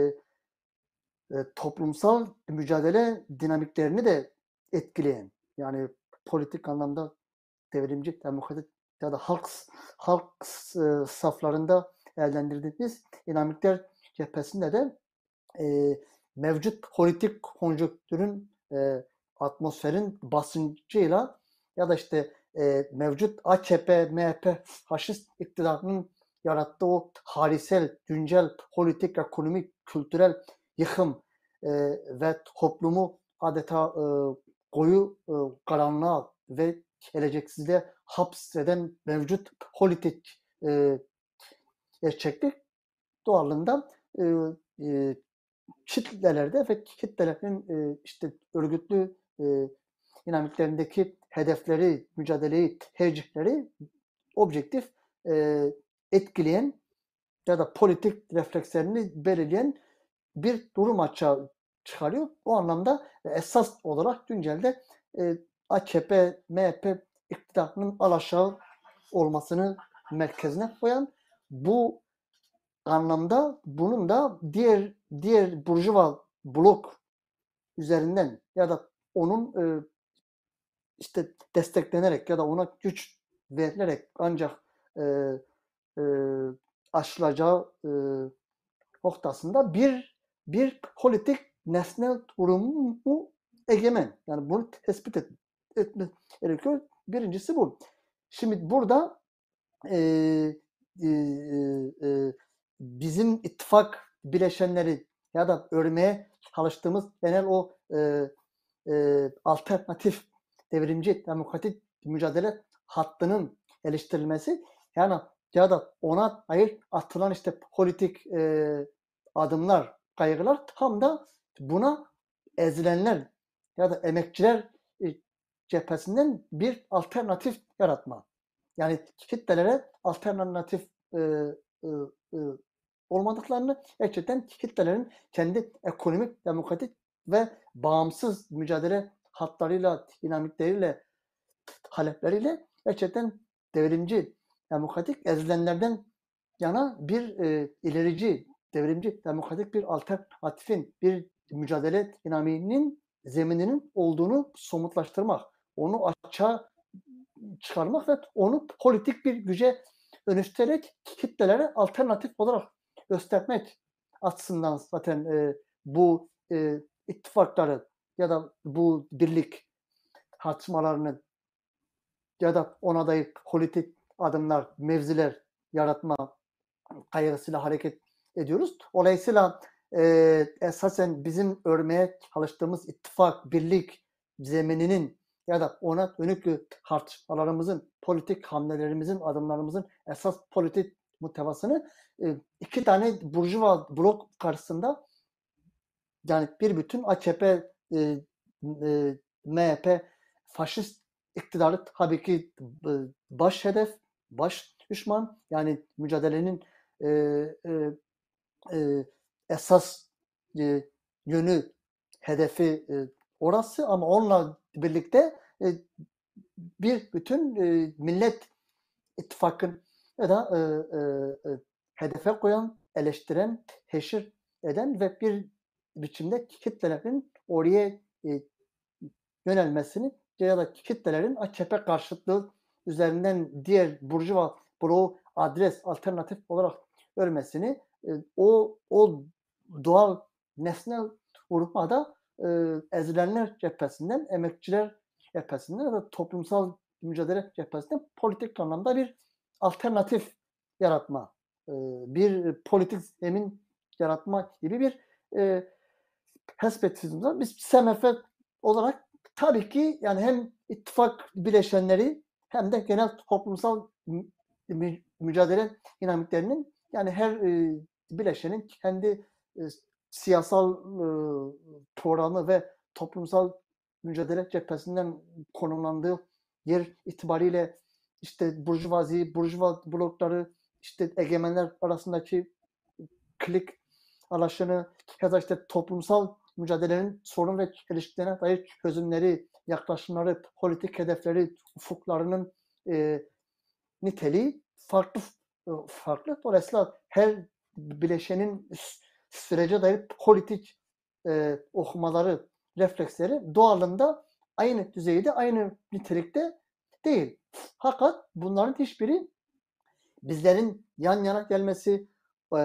e, toplumsal mücadele dinamiklerini de etkileyen yani politik anlamda devrimci demokratik ya da halk halk e, saflarında değerlendirdiğimiz dinamikler cephesinde de e, mevcut politik konjonktürün e, atmosferin basıncıyla ya da işte e, mevcut A K P, M H P faşist iktidarının yarattığı o harisel, güncel politik, ekonomik, kültürel yıkım e, ve toplumu adeta e, koyu e, karanlığa ve geleceksizliğe hapseden mevcut politik e, gerçeklik doğalından e, e, kitlelerde ve kitlelerin e, işte örgütlü e, dinamiklerindeki hedefleri, mücadeleyi, tercihleri objektif e, etkileyen ya da politik reflekslerini belirleyen bir durum açığa çıkarıyor. O anlamda esas olarak güncelde e, A K P, M H P iktidarının alaşağı olmasını merkezine koyan bu anlamda bunun da diğer diğer burjuva blok üzerinden ya da onun e, işte desteklenerek ya da ona güç verilerek ancak e, e, aşılacağı e, noktasında bir bir politik nesnel durumu egemen. Yani bunu tespit et, etmek gerekiyor. Birincisi bu. Şimdi burada e, e, e, bizim ittifak bileşenleri ya da örmeye çalıştığımız genel o e, e, alternatif devrimci demokratik mücadele hattının geliştirilmesi yani ya da ona hayır atılan işte politik e, adımlar, kaygılar tam da buna ezilenler ya da emekçiler e, cephesinden bir alternatif yaratma. Yani kitlelere alternatif e, e, e, olmadıklarını gerçekten kitlelerin kendi ekonomik, demokratik ve bağımsız mücadele hatlarıyla, dinamikleriyle, talepleriyle gerçekten devrimci, demokratik ezilenlerden yana bir e, ilerici, devrimci, demokratik bir alternatifin, bir mücadele dinamiğinin zemininin olduğunu somutlaştırmak, onu açığa çıkarmak ve onu politik bir güce dönüştürerek kitlelere alternatif olarak göstermek açısından zaten e, bu e, ittifakları ya da bu birlik tartışmalarını ya da ona dair politik adımlar, mevziler yaratma kaygısıyla hareket ediyoruz. Dolayısıyla e, esasen bizim örmeye çalıştığımız ittifak, birlik zemininin ya da ona dönük tartışmalarımızın, politik hamlelerimizin, adımlarımızın esas politik muhtevasını e, iki tane burjuva blok karşısında, yani bir bütün A K P, e, e, M H P, faşist iktidarı tabii ki e, baş hedef, baş düşman. Yani mücadelenin e, e, e, esas e, yönü, hedefi e, orası, ama onunla birlikte e, bir bütün e, Millet İttifakı'nın ya da e, e, e, hedefe koyan, eleştiren, teşhir eden ve bir biçimde kitlelerin oraya e, yönelmesini ya da kitlelerin A K P karşıtlığı üzerinden diğer burjuva bloğu adres, alternatif olarak örmesini, e, o o doğal nesnel vurmada e, ezilenler cephesinden, emekçiler cephesinden ya da toplumsal mücadele cephesinden politik anlamda bir alternatif yaratma, e, bir politik zemin yaratma gibi bir e, perspektifimiz var. Biz S M F olarak tabii ki yani hem ittifak bileşenleri hem de genel toplumsal mü- mücadele dinamiklerinin, yani her e, bileşenin kendi e, siyasal e, programı ve toplumsal mücadele cephesinden konumlandığı yer itibariyle işte burjuvazi, burjuva blokları, işte egemenler arasındaki klik alaşını ya da işte toplumsal mücadelenin sorun ve çelişkilerine dair çözümleri, yaklaşımları, politik hedefleri, ufuklarının e, niteliği farklı farklı. Dolayısıyla her bileşenin sürece dair politik e, okumaları, refleksleri doğalında aynı düzeyde, aynı nitelikte değil. Fakat bunların hiçbiri bizlerin yan yana gelmesi, e,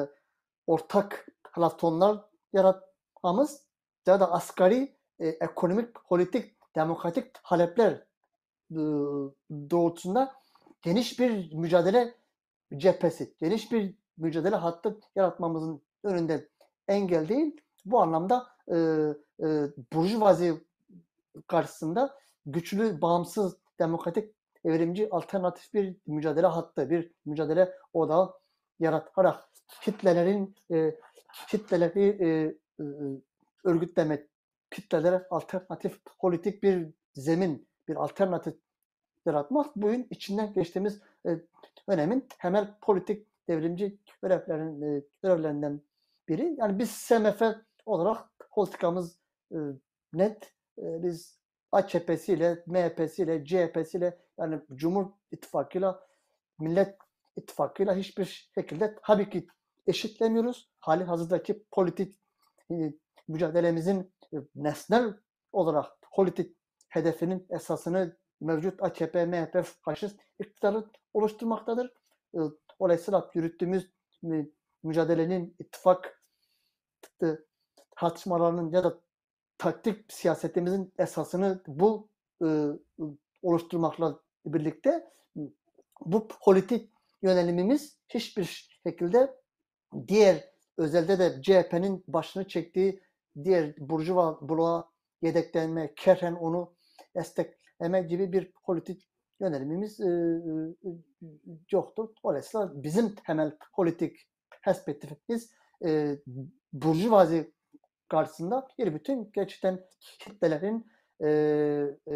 ortak platonlar yaratmamız ya da asgari e, ekonomik, politik, demokratik talepler e, doğrultusunda geniş bir mücadele cephesi, geniş bir mücadele hattı yaratmamızın önünde engel değil. Bu anlamda e, e, burjuvazi karşısında güçlü, bağımsız, demokratik, evrimci, alternatif bir mücadele hattı, bir mücadele odağı yaratarak kitlelerin e, kitleleri e, e, örgütlemek, kitlelere alternatif politik bir zemin, bir alternatif yaratmak bugün içinden geçtiğimiz e, dönemin temel politik devrimci görevlerin, e, görevlerinden biri. Yani biz S M F olarak politikamız e, net. E, biz A K P'siyle, M H P'siyle, C H P'siyle, yani Cumhur İttifakı'yla, Millet İttifakı'yla hiçbir şekilde tabii ki eşitlemiyoruz. Hali hazırdaki politik e, mücadelemizin e, nesnel olarak politik hedefinin esasını mevcut A K P, M H P faşist iktidarı oluşturmaktadır. E, Dolayısıyla yürüttüğümüz e, mücadelenin, ittifak e, tartışmalarının ya da taktik siyasetimizin esasını bu e, oluşturmakla birlikte bu politik yönelimimiz hiçbir şekilde diğer, özelde de C H P'nin başını çektiği diğer burjuva bloğa yedeklenme, kerhen onu destekleme gibi bir politik yönelimimiz e, e, yoktur. Dolayısıyla bizim temel politik perspektifimiz e, burjuvazi karşısında bir bütün gerçekten kitlelerin e, e,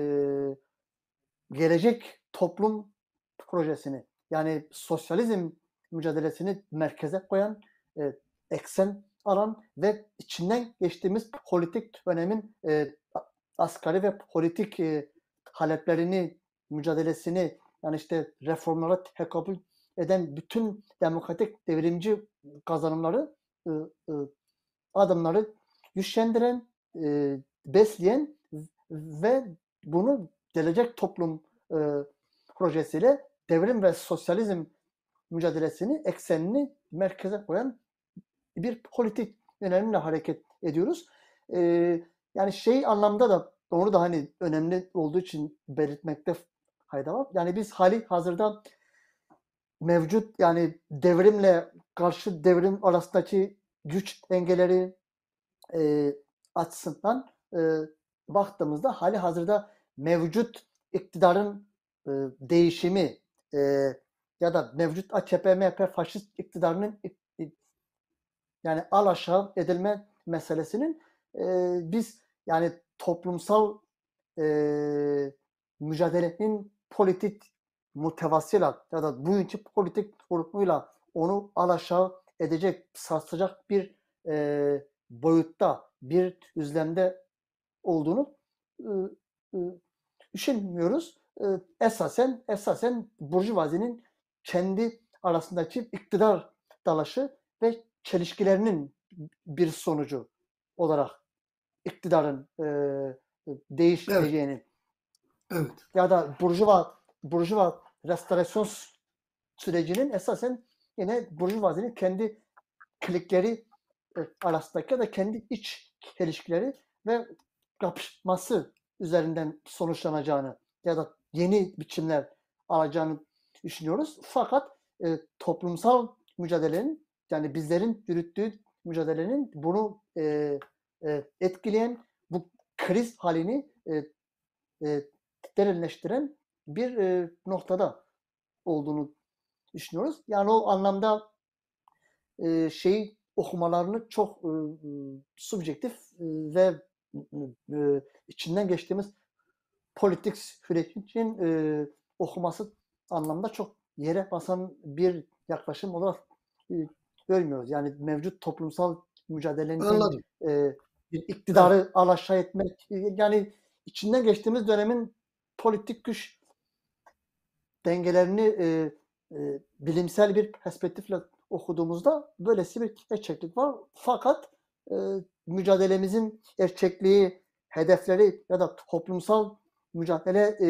gelecek toplum projesini, yani sosyalizm mücadelesini merkeze koyan, e, eksen alan ve içinden geçtiğimiz politik dönemin e, asgari ve politik e, taleplerini, mücadelesini, yani işte reformlara tekabül eden bütün demokratik devrimci kazanımları, e, e, adımları güçlendiren, e, besleyen ve bunu gelecek toplum e, projesiyle devrim ve sosyalizm mücadelesini, eksenini merkeze koyan bir politik yönelimle hareket ediyoruz. E, yani şey anlamda da onu da hani önemli olduğu için belirtmekte fayda var. Yani biz hali hazırda mevcut yani devrimle karşı devrim arasındaki güç dengeleri e, açısından e, baktığımızda hali hazırda mevcut iktidarın e, değişimi e, ya da mevcut A K P M H P faşist iktidarının yani alaşağı edilme meselesinin e, biz yani toplumsal e, mücadelenin politik muhtevasıyla ya da bugünkü politik formuyla onu alaşağı edecek, sarsacak bir e, boyutta, bir düzlemde olduğunu e, e, düşünmüyoruz. E, esasen esasen Burjuvazinin kendi arasındaki iktidar dalaşı ve çelişkilerinin bir sonucu olarak iktidarın e, Evet, değişmeyeceğini evet, ya da Burjuva Burjuva restorasyon sürecinin esasen yine Burjuvazinin kendi klikleri e, arasındaki ya da kendi iç ilişkileri ve kapışması üzerinden sonuçlanacağını ya da yeni biçimler alacağını düşünüyoruz. Fakat e, toplumsal mücadelenin yani bizlerin yürüttüğü mücadelenin bunu e, e, etkileyen bu kriz halini e, e, derinleştiren bir e, noktada olduğunu düşünüyoruz. Yani o anlamda e, şeyi okumalarını çok e, e, subjektif e, ve e, içinden geçtiğimiz politik sürecin e, okuması anlamda çok yere basan bir yaklaşım olarak e, görmüyoruz. Yani mevcut toplumsal mücadelenin anladım. e, bir Evet, iktidarı alaşağı etmek e, yani içinden geçtiğimiz dönemin politik güç dengelerini e, e, bilimsel bir perspektifle okuduğumuzda böylesi bir gerçeklik var. Fakat e, mücadelemizin gerçekliği, hedefleri ya da toplumsal mücadele e,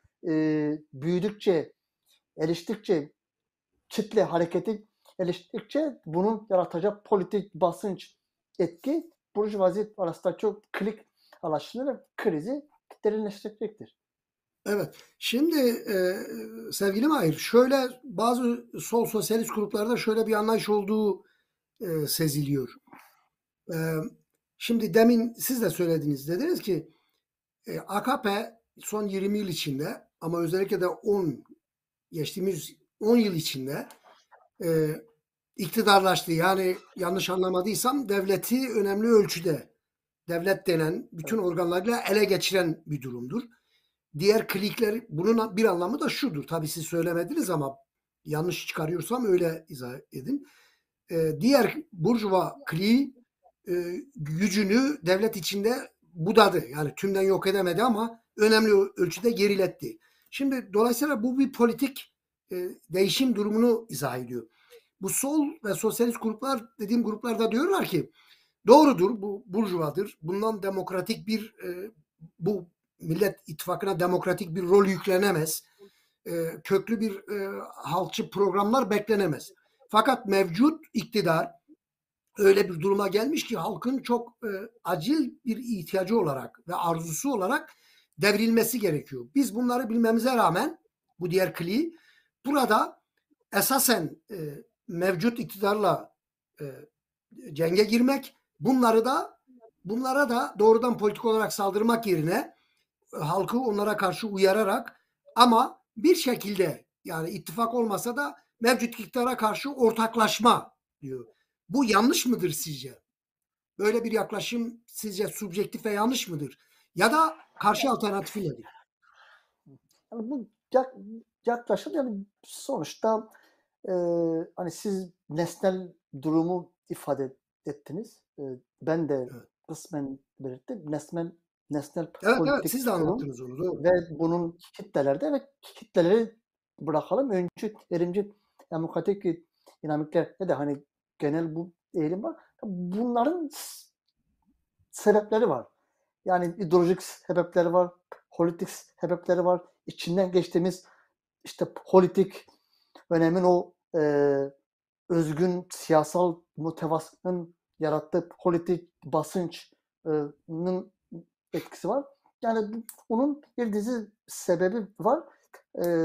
e, büyüdükçe, geliştikçe, kitle hareketi geliştikçe bunun yaratacağı politik basınç etki burjuvazi arasında çok klik alaşını ve krizi derinleştirecektir. evet. Şimdi e, sevgili Mahir, şöyle bazı sol sosyalist gruplarda şöyle bir anlayış olduğu e, seziliyor. E, Şimdi demin siz de söylediniz. Dediniz ki e, A K P son yirmi yıl içinde ama özellikle de on geçtiğimiz on yıl içinde e, iktidarlaştı. Yani yanlış anlamadıysam devleti önemli ölçüde devlet denen bütün Evet. organlarıyla ele geçiren bir durumdur. Diğer klikler bunun bir anlamı da şudur. Tabii siz söylemediniz ama yanlış çıkarıyorsam öyle izah edin. Ee, diğer burjuva kliği e, gücünü devlet içinde budadı. Yani tümden yok edemedi ama önemli ölçüde geriletti. Şimdi dolayısıyla bu bir politik e, değişim durumunu izah ediyor. Bu sol ve sosyalist gruplar dediğim gruplarda diyorlar ki doğrudur, bu burjuvadır. Bundan demokratik bir e, bu Millet İttifakı'na demokratik bir rol yüklenemez. E, köklü bir e, halkçı programlar beklenemez. Fakat mevcut iktidar öyle bir duruma gelmiş ki halkın çok e, acil bir ihtiyacı olarak ve arzusu olarak devrilmesi gerekiyor. Biz bunları bilmemize rağmen bu diğer kli burada esasen e, mevcut iktidarla e, cenge girmek, bunları da bunlara da doğrudan politik olarak saldırmak yerine e, halkı onlara karşı uyararak ama bir şekilde yani ittifak olmasa da mevcut iktidara karşı ortaklaşma diyor. Bu yanlış mıdır sizce? Böyle bir yaklaşım sizce subjektif ve yanlış mıdır? Ya da karşı alternatifi nedir? Yani bu yak- yaklaşım yani sonuçta e, hani siz nesnel durumu ifade ettiniz. E, ben de Evet. kısmen belirttim. Nesnel nesnel Evet, evet, politik siz de durum anlattınız onu, doğru. ve bunun kitlelerde ve kitleleri bırakalım. Öncü, erimci, demokratik dinamiklerde de hani genel bu eğilim var. Bunların s- sebepleri var. Yani ideolojik sebepleri var, politik sebepleri var. İçinden geçtiğimiz işte politik önemin o e, özgün siyasal motivasyonun yarattığı politik basınçın etkisi var. Yani onun bir dizi sebebi var. E,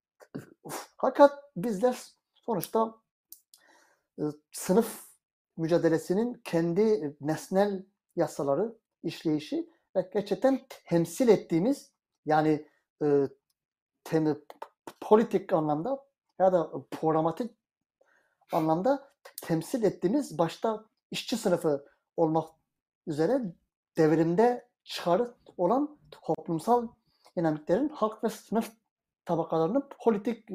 fakat bizler sonuçta e, sınıf mücadelesinin kendi nesnel yasaları, işleyişi ve gerçekten temsil ettiğimiz yani e, tem, politik anlamda ya da programatik anlamda temsil ettiğimiz başta işçi sınıfı olmak üzere devrimde çıkarı olan toplumsal dinamiklerin halk ve sınıf tabakalarının politik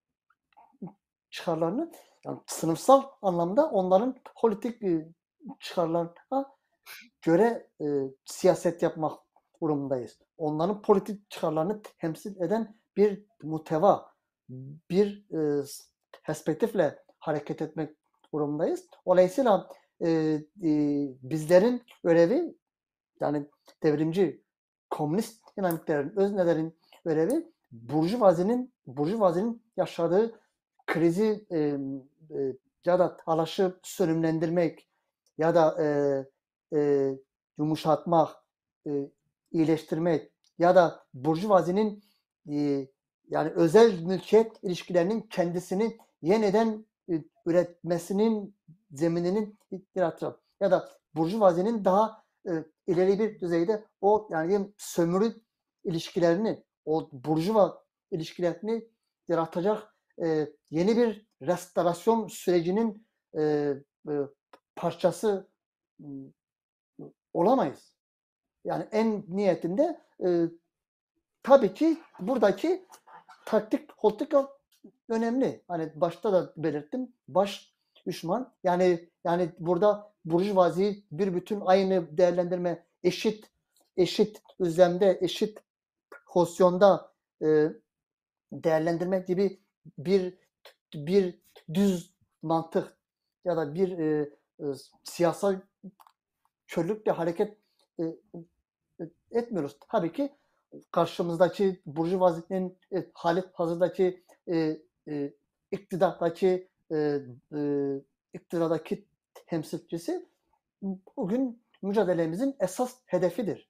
çıkarlarını yani sınıfsal anlamda onların politik çıkarlarına göre e, siyaset yapmak durumundayız. Onların politik çıkarlarını temsil eden bir muhteva, bir e, perspektifle hareket etmek durumundayız. Dolayısıyla e, e, bizlerin görevi yani devrimci, komünist dinamiklerin, öznelerin görevi burjuvazinin burjuvazinin yaşadığı krizi e, e, ya da talaşı sönümlendirmek ya da e, e, yumuşatmak, e, iyileştirmek ya da burjuvazinin e, yani özel mülkiyet ilişkilerinin kendisini yeniden e, üretmesinin zemininin yaratmak ya da burjuvazinin daha e, ileri bir düzeyde o yani sömürü ilişkilerini, o burjuva ilişkilerini yaratacak e, yeni bir restorasyon sürecinin e, e, parçası e, olamayız. Yani en niyetinde e, tabii ki buradaki taktik politika önemli. Hani başta da belirttim. Baş düşman. Yani yani burada burjuvaziyi bir bütün aynı değerlendirme, eşit eşit düzlemde, eşit pozisyonda e, değerlendirmek gibi bir bir düz mantık ya da bir e, e, siyasal körlükle hareket e, etmiyoruz. Tabii ki karşımızdaki burjuvazinin e, hali hazırdaki e, e, iktidardaki e, e, iktidardaki temsilcisi bugün mücadelemizin esas hedefidir.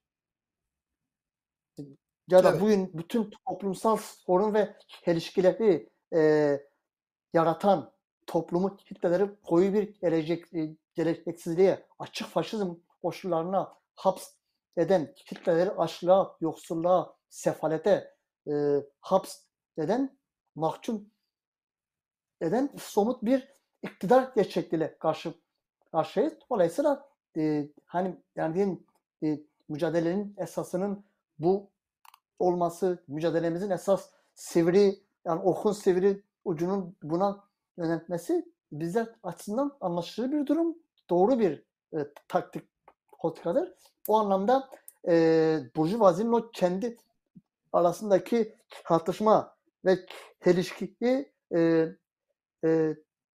Ya da Evet. bugün bütün toplumsal sorun ve ilişkileri e, yaratan toplumu kitleleri koyu bir gelecek, e, geleceksizliğe, açık faşizm koşullarına haps eden kitleleri açlığa, yoksulluğa, sefalete e, haps eden, mahkum eden somut bir iktidar gerçekliğiyle karşı karşıyayız. Dolayısıyla e, hani yani diyeyim, e, mücadelenin esasının bu olması, mücadelemizin esas sivri yani okun sivri ucunun buna yöneltmesi bizler açısından anlaşılır bir durum. Doğru bir e, taktik politikadır. O anlamda e, Burjuvazinin o kendi arasındaki tartışma ve çelişkiyi e, e,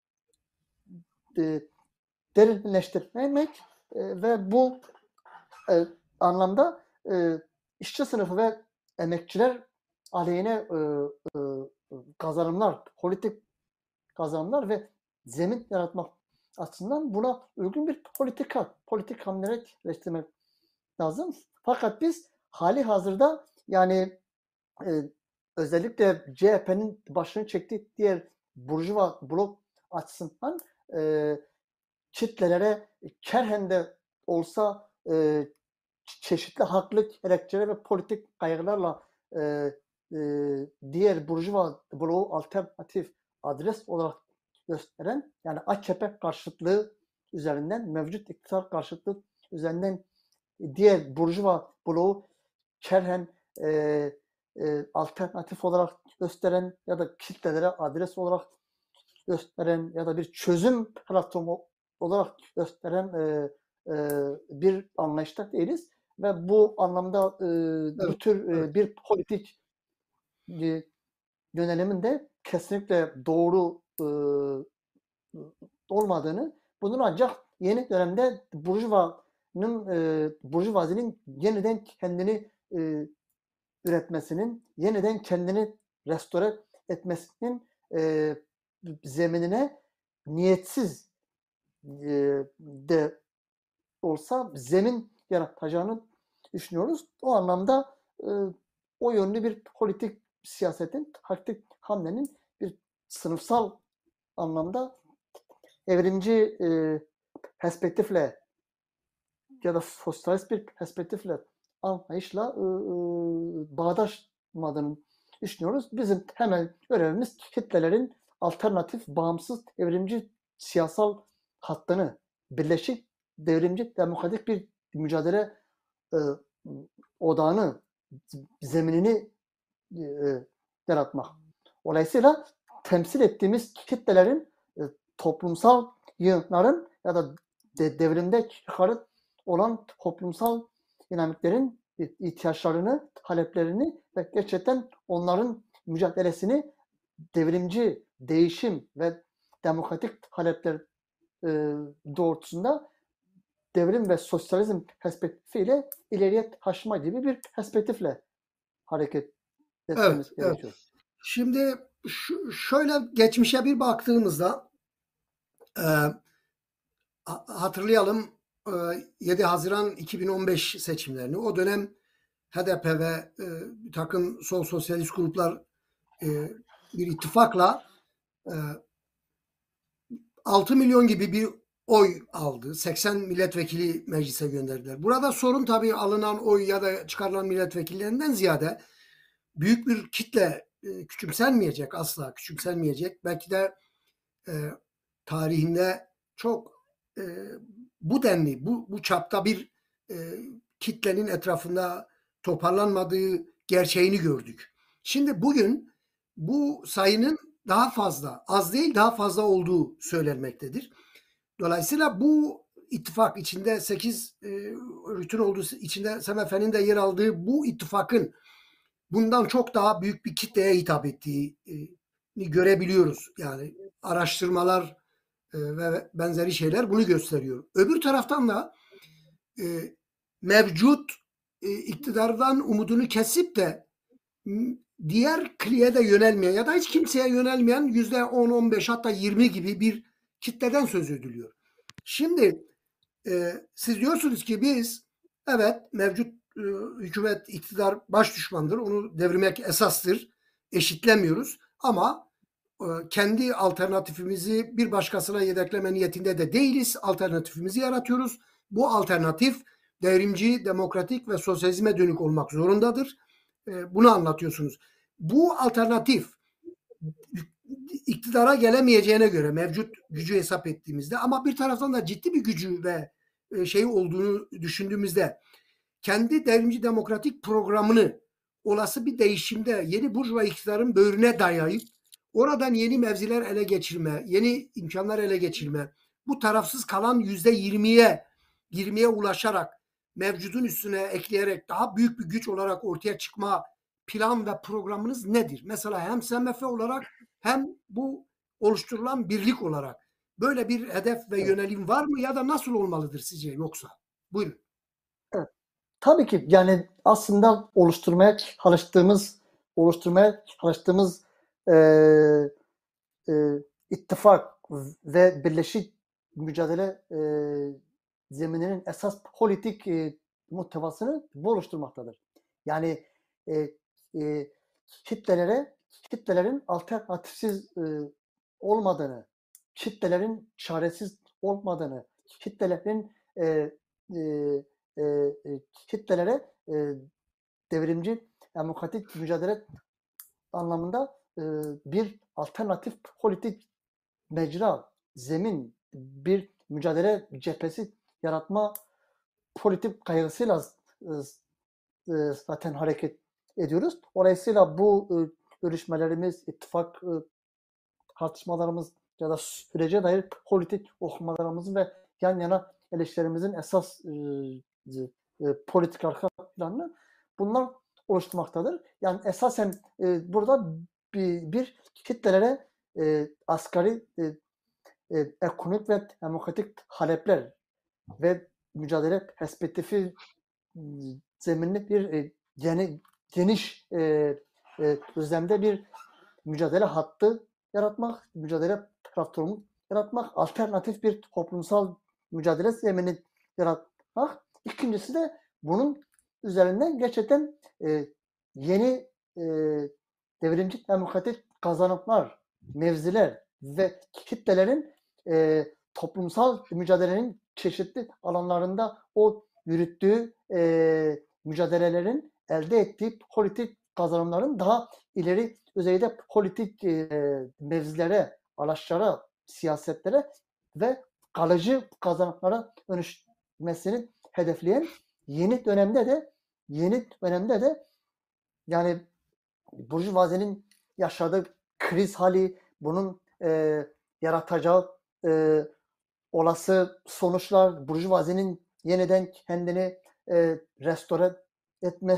e, derinleştirmek e, ve bu e, anlamda e, işçi sınıfı ve emekçiler aleyhine e, e, kazanımlar, politik kazanımlar ve zemin yaratmak açısından buna uygun bir politika, politik hamleler geliştirmek lazım. Fakat biz hali hazırda yani e, özellikle C H P'nin başını çektiği diğer burjuva blok açısından e, kitlelere kerhen de olsa e, çeşitli haklı gerekçeler ve politik kaygılarla e, e, diğer burjuva bloğu alternatif adres olarak gösteren yani A K P karşıtlığı üzerinden mevcut iktidar karşıtlığı üzerinden diğer burjuva bloğu kerhen e, e, alternatif olarak gösteren ya da kitlelere adres olarak gösteren ya da bir çözüm platformu olarak gösteren e, e, bir anlayışta değiliz ve bu anlamda e, Evet. bu tür Evet. e, bir politik e, yönelimin de kesinlikle doğru e, olmadığını, bunun ancak yeni dönemde burjuva e, burjuvazinin yeniden kendini e, üretmesinin, yeniden kendini restore etmesinin e, zeminine niyetsiz e, de olsa zemin yaratacağını düşünüyoruz. O anlamda e, o yönlü bir politik siyasetin, taktik hamlenin bir sınıfsal anlamda evrimci e, perspektifle ya da sosyalist bir perspektifle anlayışla e, e, bağdaşmadığını düşünüyoruz. Bizim temel görevimiz kitlelerin alternatif, bağımsız, evrimci siyasal hattını, birleşik, devrimci, demokratik bir mücadele e, odağını, zeminini e, yaratmak. Dolayısıyla temsil ettiğimiz kitlelerin e, toplumsal yığınların ya da de, devrimde çıkarıp olan toplumsal dinamiklerin ihtiyaçlarını, taleplerini ve gerçekten onların mücadelesini devrimci, değişim ve demokratik talepler e, doğrultusunda devrim ve sosyalizm perspektifiyle ileriye taşıma gibi bir perspektifle hareket etmemiz Evet, evet. gerekiyor. Şimdi şu, şöyle geçmişe bir baktığımızda e, hatırlayalım e, yedi Haziran iki bin on beş seçimlerini. O dönem H D P ve e, bir takım sol sosyalist gruplar e, bir ittifakla e, altı milyon gibi bir oy aldı. seksen milletvekili meclise gönderdiler. Burada sorun tabii alınan oy ya da çıkarılan milletvekillerinden ziyade büyük bir kitle e, küçümsenmeyecek, asla küçümsenmeyecek. Belki de e, tarihinde çok e, bu denli, bu, bu çapta bir e, kitlenin etrafında toparlanmadığı gerçeğini gördük. Şimdi bugün bu sayının daha fazla, az değil daha fazla olduğu söylenmektedir. Dolayısıyla bu ittifak içinde sekiz e, örgütün olduğu içinde S M F'nin de yer aldığı bu ittifakın bundan çok daha büyük bir kitleye hitap ettiğini görebiliyoruz. Yani araştırmalar ve benzeri şeyler bunu gösteriyor. Öbür taraftan da e, mevcut e, iktidardan umudunu kesip de diğer kliye de yönelmeyen ya da hiç kimseye yönelmeyen yüzde on on beş hatta yirmi gibi bir kitleden söz ediliyor. Şimdi e, siz diyorsunuz ki biz evet mevcut e, hükümet iktidar baş düşmandır. Onu devirmek esastır. Eşitlemiyoruz ama e, kendi alternatifimizi bir başkasına yedekleme niyetinde de değiliz. Alternatifimizi yaratıyoruz. Bu alternatif devrimci, demokratik ve sosyalizme dönük olmak zorundadır. E, bunu anlatıyorsunuz. Bu alternatif iktidara gelemeyeceğine göre mevcut gücü hesap ettiğimizde ama bir taraftan da ciddi bir gücü ve şey olduğunu düşündüğümüzde kendi devrimci demokratik programını olası bir değişimde yeni burjuva iktidarın böğrüne dayayıp oradan yeni mevziler ele geçirme, yeni imkanlar ele geçirme, bu tarafsız kalan yüzde yirmiye yirmiye ulaşarak mevcudun üstüne ekleyerek daha büyük bir güç olarak ortaya çıkma plan ve programınız nedir? Mesela hem S M F olarak hem bu oluşturulan birlik olarak böyle bir hedef ve yönelim var mı ya da nasıl olmalıdır sizce yoksa? Buyurun. Evet. Tabii ki yani aslında oluşturmaya çalıştığımız oluşturmaya çalıştığımız e, e, ittifak ve birleşik mücadele e, zemininin esas politik e, muhtevasını bu oluşturmaktadır. Yani e, e, kitlelere kitlelerin alternatifsiz e, olmadığını, kitlelerin çaresiz olmadığını, kitlelerin e, e, e, kitlelere e, devrimci demokratik mücadele anlamında e, bir alternatif politik mecra, zemin, bir mücadele cephesi yaratma politik kaygısıyla e, e, zaten hareket ediyoruz. Dolayısıyla bu e, görüşmelerimiz, ittifak e, tartışmalarımız ya da sürece dair politik okumalarımız ve yan yana eleştirimizin esas e, e, politik arka planını bunlar oluşturmaktadır. Yani esasen e, burada bir, bir kitlelere e, asgari e, e, ekonomik ve demokratik talepler ve mücadele perspektifi zeminli bir e, yeni geniş e, e, düzlemde bir mücadele hattı yaratmak, mücadele platformu yaratmak, alternatif bir toplumsal mücadele zemini yaratmak. İkincisi de bunun üzerinden gerçekten e, yeni e, devrimci demokratik kazanımlar, mevziler ve kitlelerin e, toplumsal mücadelenin çeşitli alanlarında o yürüttüğü e, mücadelelerin elde ettiği politik kazanımların daha ileri düzeyde politik e, mevzilere, araçlara, siyasetlere ve kalıcı kazanımlara dönüşmesini hedefleyen yeni dönemde de yeni dönemde de yani Burjuvazi'nin yaşadığı kriz hali, bunun e, yaratacağı e, olası sonuçlar, Burjuvazi'nin yeniden kendini e, restore etme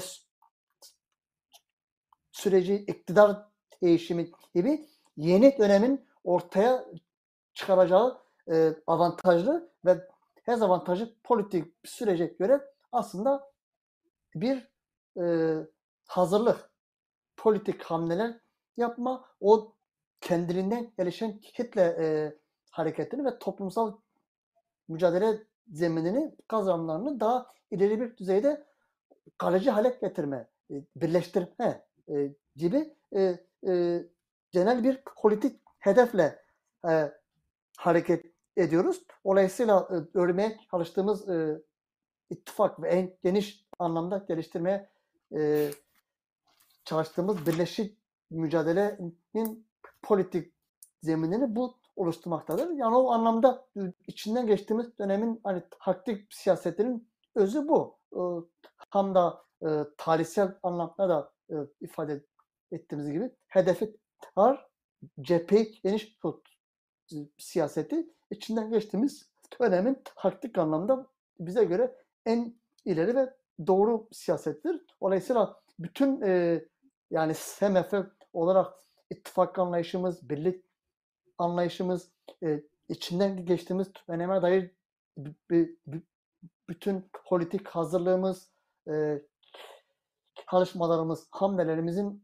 süreci, iktidar değişimi gibi yeni dönemin ortaya çıkaracağı e, avantajlı ve dezavantajlı politik sürece göre aslında bir e, hazırlık, politik hamleler yapma, o kendiliğinden gelişen kitle e, hareketini ve toplumsal mücadele zeminini, kazanımlarını daha ileri bir düzeyde kalıcı hale getirme, e, birleştirme e, gibi e, e, genel bir politik hedefle e, hareket ediyoruz. Dolayısıyla e, örmeye çalıştığımız e, ittifak ve en geniş anlamda geliştirmeye e, çalıştığımız birleşik mücadelenin politik zeminini bu oluşturmaktadır. Yani o anlamda içinden geçtiğimiz dönemin hani taktik siyasetinin özü bu. E, tam da e, tarihsel anlamda da e, ifade ettiğimiz gibi hedefi var, cepheyi geniş tut e, siyaseti içinden geçtiğimiz dönemin taktik anlamda bize göre en ileri ve doğru siyasettir. Dolayısıyla bütün e, yani S M F olarak ittifak anlayışımız, birlik anlayışımız, e, içinden geçtiğimiz döneme dair b- b- b- bütün politik hazırlığımız, e, çalışmalarımız, hamlelerimizin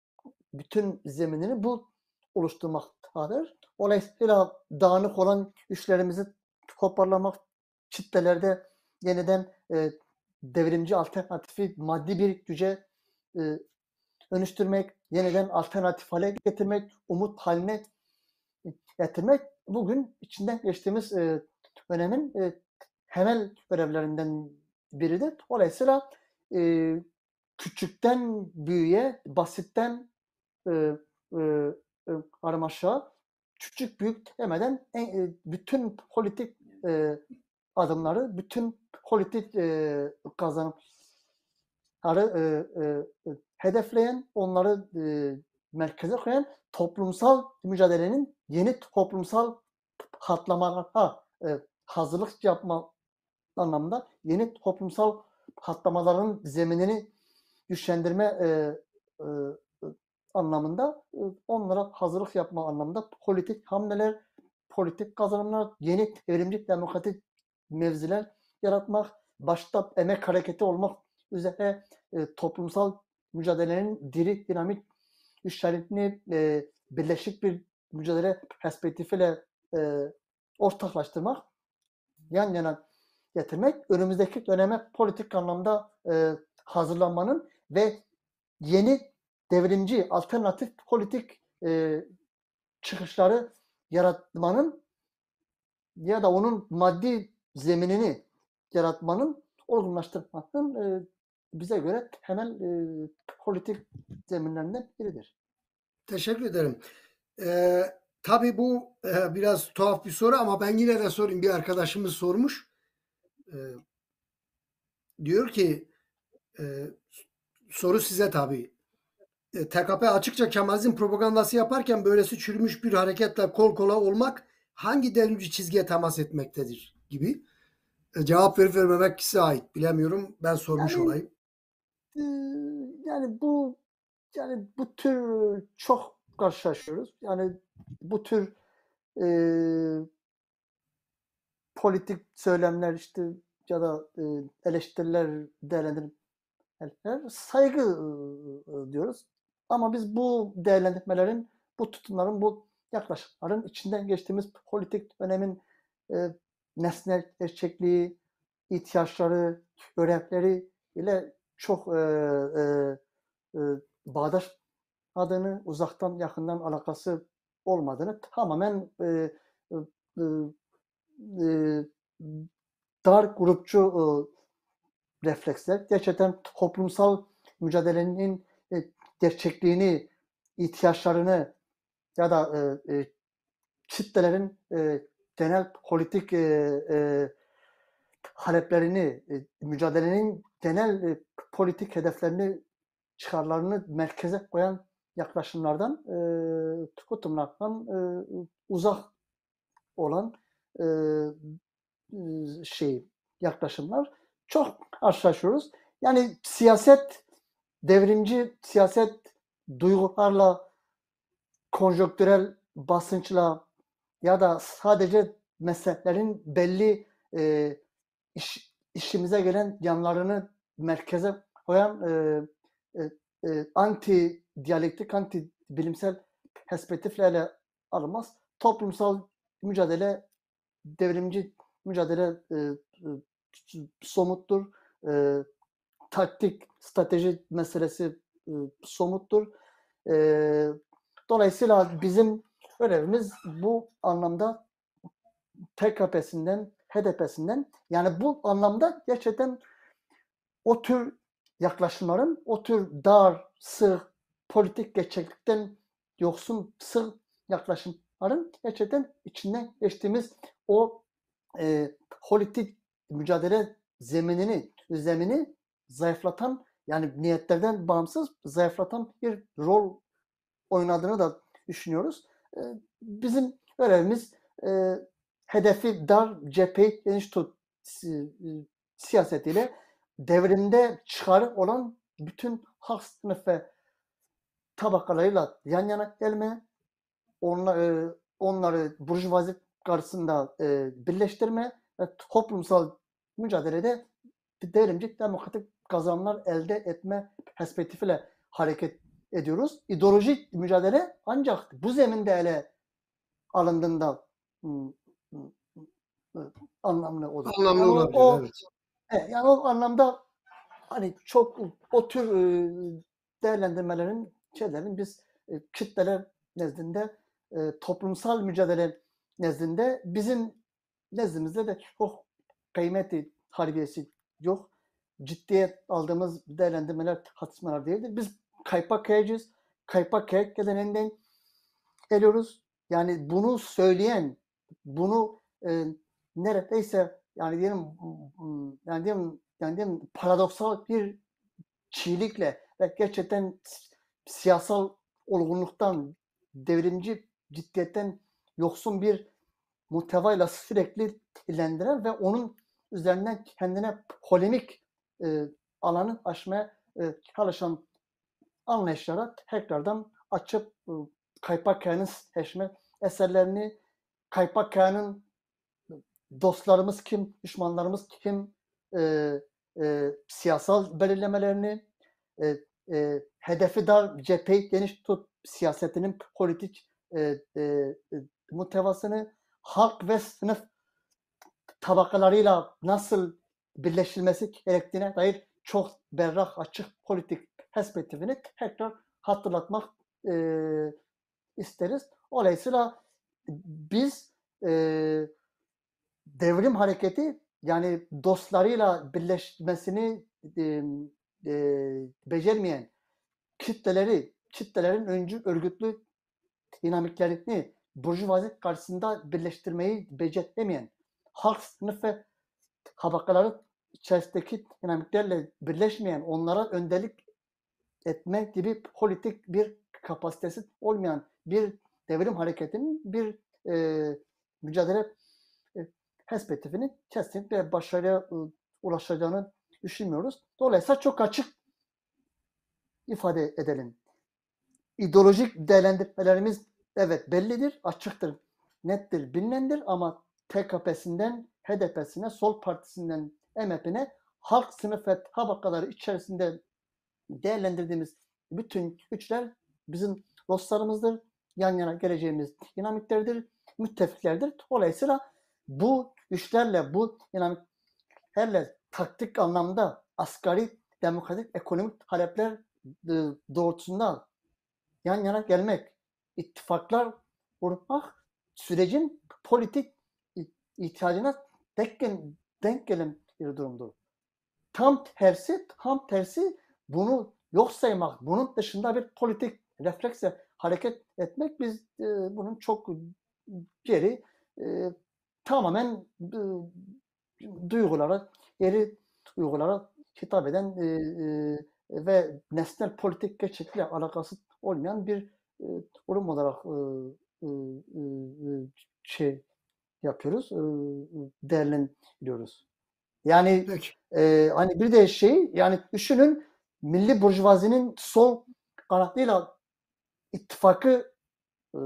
bütün zeminini bu oluşturmaktadır. Dolayısıyla dağınık olan güçlerimizi toparlamak, kitlelerde yeniden e, devrimci alternatifi maddi bir güce e, dönüştürmek, yeniden alternatif hale getirmek, umut haline getirmek bugün içinden geçtiğimiz e, dönemin e, temel görevlerinden biridir. Dolayısıyla e, küçükten büyüğe, basitten e, e, e, karmaşa, küçük büyük demeden en, e, bütün politik e, adımları, bütün politik e, kazanımları e, e, hedefleyen, onları e, merkeze koyan toplumsal mücadelenin yeni toplumsal patlamalara e, hazırlık yapma anlamda yeni toplumsal patlamaların zeminini güçlendirme e, e, anlamında e, onlara hazırlık yapma anlamında politik hamleler, politik kazanımlar, yeni devrimci demokratik mevziler yaratmak, başta emek hareketi olmak üzere e, toplumsal mücadelenin diri, dinamik güçlerini e, birleşik bir mücadele perspektifiyle e, ortaklaştırmak, yan yana getirmek, önümüzdeki döneme politik anlamda e, hazırlanmanın ve yeni devrimci, alternatif politik e, çıkışları yaratmanın ya da onun maddi zeminini yaratmanın, olgunlaştırmanın e, bize göre temel e, politik zeminlerinden biridir. Teşekkür ederim. Ee, tabii bu e, biraz tuhaf bir soru ama ben yine de sorayım. Bir arkadaşımız sormuş. Ee, diyor ki e, soru size tabii. E, T K P açıkça Kemalizm propagandası yaparken böylesi çürümüş bir hareketle kol kola olmak hangi devrimci çizgiye temas etmektedir gibi. E, cevap verip vermemek size ait. Bilemiyorum. Ben sormuş Yani olayım. e, yani bu yani bu tür çok karşılaşıyoruz. Yani bu tür e, politik söylemler işte ya da e, eleştiriler, değerlendirmeler saygı e, diyoruz. Ama biz bu değerlendirmelerin, bu tutumların, bu yaklaşımların içinden geçtiğimiz politik dönemin e, nesnel gerçekliği, ihtiyaçları, görevleri ile çok e, e, e, bağdaşmadığını, uzaktan yakından alakası olmadığını, tamamen e, e, e, dar grupçu e, refleksler, gerçekten toplumsal mücadelenin e, gerçekliğini, ihtiyaçlarını ya da e, e, kitlelerin e, genel politik e, e, taleplerini, e, mücadelenin genel e, politik hedeflerini, çıkarlarını merkeze koyan yaklaşımlardan, e, tutumlardan e, uzak olan e, şey yaklaşımlar çok karşılaşıyoruz. Yani siyaset, devrimci siyaset duygularla, konjonktürel basınçla ya da sadece meselelerin belli e, iş, işimize gelen yanlarını merkeze koyan e, e, e, anti diyalektik, anti bilimsel perspektiflerle alınmaz. Toplumsal mücadele, devrimci mücadele e, e, somuttur. E, taktik, strateji meselesi e, somuttur. E, dolayısıyla bizim görevimiz bu anlamda T K P'sinden, H D P'sinden, yani bu anlamda gerçekten o tür yaklaşımların, o tür dar, sığ, politik gerçeklikten yoksun, sığ yaklaşımların gerçekten içinden geçtiğimiz o e, politik mücadele zeminini, zemini zayıflatan, yani niyetlerden bağımsız zayıflatan bir rol oynadığını da düşünüyoruz. E, bizim görevimiz e, hedefi dar, cepheyi geniş tut si, siyasetiyle devrimde çıkarı olan bütün halk sınıf ve tabakalarıyla yan yana gelme, onları, onları burjuvazi karşısında e, birleştirme ve toplumsal mücadelede devrimci demokratik kazanımlar elde etme perspektifiyle hareket ediyoruz. İdeolojik mücadele ancak bu zeminde ele alındığında hmm, hmm, hmm, anlamlı olur. Anlamlı Yani o, olabilir, o evet. evet, yani o anlamda hani çok o tür e, değerlendirmelerin, şeylerin biz e, kitleler nezdinde, e, toplumsal mücadele nezdinde bizim nezdimizde de çok kıymeti harbiyesi yok. Ciddiye aldığımız değerlendirmeler, tartışmalar değildir. Biz kaypak kayacağız. Kaypak kayak geleneğinden geliyoruz. Yani bunu söyleyen, bunu e, neredeyse yani diyelim yani diyelim yani diyelim paradoksal bir çiğlikle ve gerçekten siyasal olgunluktan, devrimci ciddiyetten yoksun bir muhtevayla sürekli dillendiren ve onun üzerinden kendine polemik e, alanı aşmaya e, çalışan anlayışlara tekrardan açıp e, Kaypak Kaya'nın seçme eserlerini, Kaypak Kaya'nın dostlarımız kim, düşmanlarımız kim, e, e, siyasal belirlemelerini, e, e, hedefi dar, cepheyi geniş tut siyasetinin politik e, e, e, muhtevasını, halk ve sınıf tabakalarıyla nasıl birleştirilmesi gerektiğine dair çok berrak, açık politik perspektifini tekrar hatırlatmak e, isteriz. Dolayısıyla biz e, devrim hareketi, yani dostlarıyla birleşmesini e, e, becermeyen kitleleri, kitlelerin öncü örgütlü dinamiklerini burjuvazi karşısında birleştirmeyi beceremeyen halk sınıf ve tabakaları içerisindeki dinamiklerle birleşmeyen, onlara önderlik etme gibi politik bir kapasitesi olmayan bir devrim hareketinin bir e, mücadele e, perspektifini kesinlikle başarıya e, ulaşacağını düşünmüyoruz. Dolayısıyla çok açık ifade edelim. İdeolojik değerlendirmelerimiz evet bellidir, açıktır, nettir, bilinendir ama T K P'sinden H D P'sine, Sol Partisi'nden M H P'ne halk sınıf ve tabakaları içerisinde değerlendirdiğimiz bütün güçler bizim dostlarımızdır. Yan yana geleceğimiz dinamiklerdir, müttefiklerdir. Dolayısıyla bu güçlerle, bu dinamiklerle taktik anlamda asgari, demokratik, ekonomik talepler doğrultusunda yan yana gelmek, ittifaklar kurmak sürecin politik ihtiyacına denk, denk gelen bir durumdur. Tam tersi, tam tersi bunu yok saymak, bunun dışında bir politik refleksle hareket etmek biz e, bunun çok geri e, tamamen e, duygulara, geri duygulara hitap eden e, e, ve nesnel politik gerçeklikle alakası olmayan bir e, durum olarak e, e, e, şey yapıyoruz, e, değerlendiriyoruz. Yani Peki. e, hani bir de şey, yani düşünün, milli burjuvazinin sol kanatıyla ittifakı e,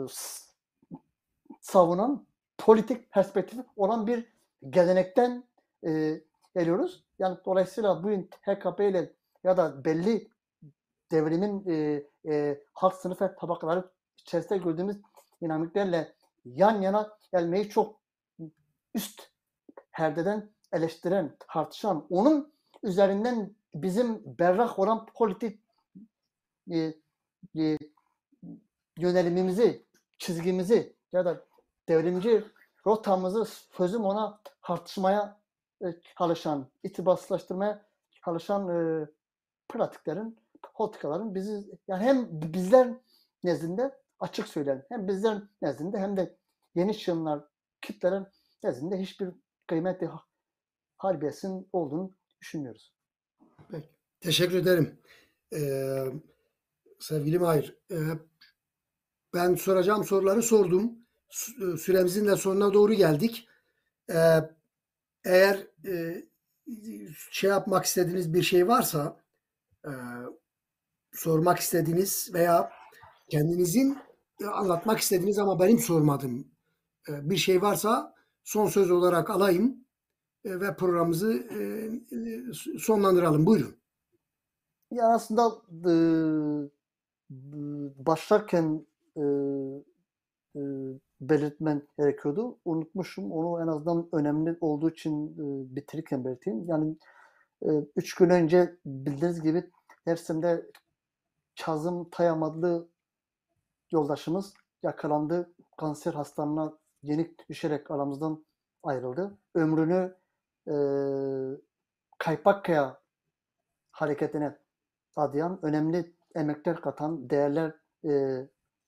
savunan politik perspektifi olan bir gelenekten e, geliyoruz. Yani dolayısıyla bugün H K P ile ya da belli devrimin e, e, halk sınıf ve tabakaları içerisinde gördüğümüz dinamiklerle yan yana gelmeyi çok üst perdeden eleştiren, tartışan, onun üzerinden bizim berrak olan politik e, e, yönelimimizi, çizgimizi ya da devrimci rotamızı sözüm ona tartışmaya e, çalışan, itibarsızlaştırmaya çalışan e, pratiklerin, politikaların bizi, yani hem bizler nezdinde açık söyleyelim, hem bizler nezdinde hem de yeni şınlar kitlerin nezdinde hiçbir kıymetli harbiyesinin olduğunu düşünmüyoruz. Peki. Teşekkür ederim. Ee, sevgili Mahir, e, ben soracağım soruları sordum. Süremizin de sonuna doğru geldik. Ee, eğer e, şey yapmak istediğiniz bir şey varsa, e, sormak istediğiniz veya kendinizin e, anlatmak istediğiniz ama benim sormadığım e, bir şey varsa son söz olarak alayım e, ve programımızı e, e, sonlandıralım. Buyurun. Yani aslında e, başlarken e, e, belirtmen gerekiyordu. Unutmuşum. Onu en azından önemli olduğu için e, bitirirken belirteyim. Yani e, üç gün önce bildiğiniz gibi Dersim'de Kazım Tayam adlı yoldaşımız yakalandı. Kanser hastalığına yenik düşerek aramızdan ayrıldı. Ömrünü e, Kaypakkaya hareketine adayan, önemli emekler katan, değerler e,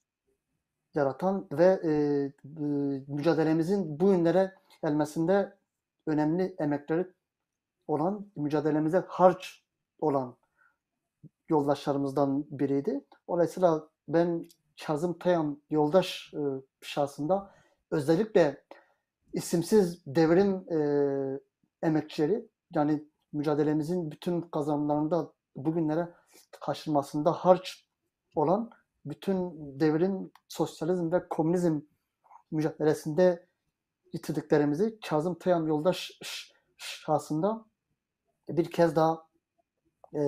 yaratan ve e, e, mücadelemizin bu günlere gelmesinde önemli emekleri olan, mücadelemize harç olan yoldaşlarımızdan biriydi. Dolayısıyla ben Kazım Tayam yoldaş e, şahsında özellikle isimsiz devrim e, emekçileri, yani mücadelemizin bütün kazanımlarında bugünlere taşınmasında harç olan bütün devrim, sosyalizm ve komünizm mücadelesinde yitirdiklerimizi Kazım Tayam yoldaş şahsında bir kez daha e,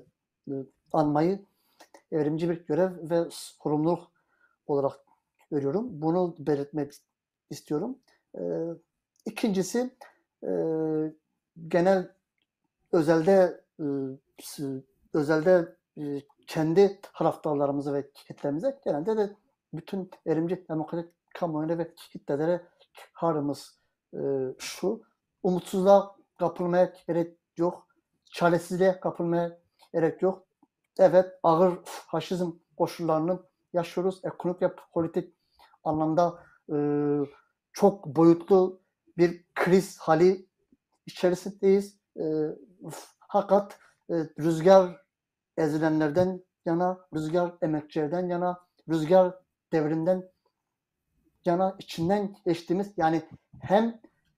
anmayı evrimci bir görev ve sorumluluk olarak görüyorum. Bunu belirtmek istiyorum. E, ikincisi e, genel özelde e, özelde e, kendi taraftarlarımıza ve kitlemize, genelde de bütün erimci demokratik kamuoyuna ve kitlelere çağrımız e, şu: umutsuzluğa kapılmaya gerek yok, çaresizliğe kapılmaya gerek yok. Evet, ağır faşizm koşullarını yaşıyoruz. Ekonomik ve politik anlamda e, çok boyutlu bir kriz hali içerisindeyiz. E, fakat e, rüzgar ezilenlerden yana, rüzgar emekçilerden yana, rüzgar devrinden yana, içinden geçtiğimiz, yani hem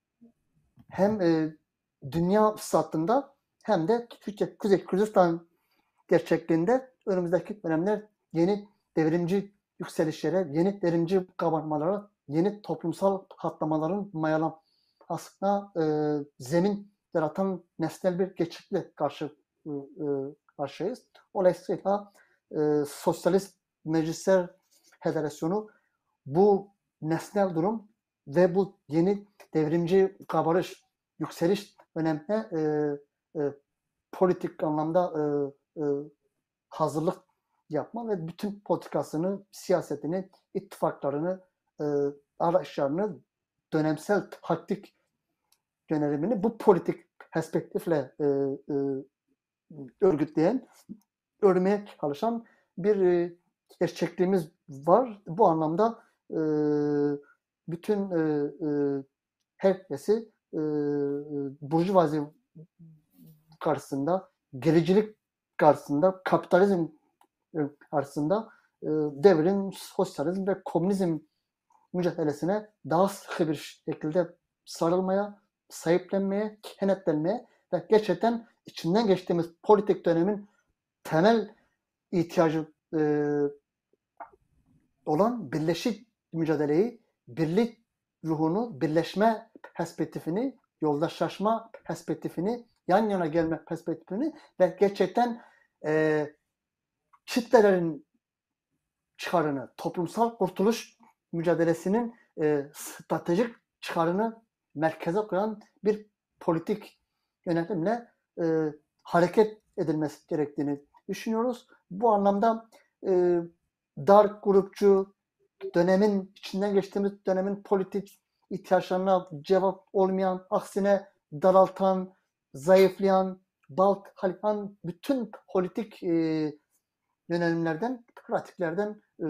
hem e, dünya fırsatında hem de Türkiye, Kuzey Kürdistan gerçekliğinde önümüzdeki dönemler yeni devrimci yükselişlere, yeni devrimci kabarmalara, yeni toplumsal patlamaların mayalanmasına e, zemin yaratan nesnel bir geçitle karşı e, karşıyayız. Dolayısıyla e, Sosyalist Meclisler Federasyonu bu nesnel durum ve bu yeni devrimci kabarış, yükseliş önemli e, e, politik anlamda e, e, hazırlık yapma ve bütün politikasını, siyasetini, ittifaklarını, e, araçlarını, dönemsel taktik yönelimini bu politik perspektifle e, e, örgütleyen, örmeye çalışan bir e, gerçekliğimiz var. Bu anlamda e, bütün e, e, herkesi e, burjuvazi karşısında, gericilik karşısında, kapitalizm karşısında e, devrim, sosyalizm ve komünizm mücadelesine daha sıkı bir şekilde sarılmaya, sahiplenmeye, kenetlenmeye ve gerçekten içinden geçtiğimiz politik dönemin temel ihtiyacı e, olan birleşik mücadeleyi, birlik ruhunu, birleşme perspektifini, yoldaşlaşma perspektifini, yan yana gelme perspektifini ve gerçekten e, kitlelerin çıkarını, toplumsal kurtuluş mücadelesinin e, stratejik çıkarını merkeze koyan bir politik yönetimle e, hareket edilmesi gerektiğini düşünüyoruz. Bu anlamda e, dar grupçu, dönemin içinden geçtiğimiz dönemin politik ihtiyaçlarına cevap olmayan, aksine daraltan, zayıflayan, baltalayan bütün politik e, yönelimlerden, pratiklerden e,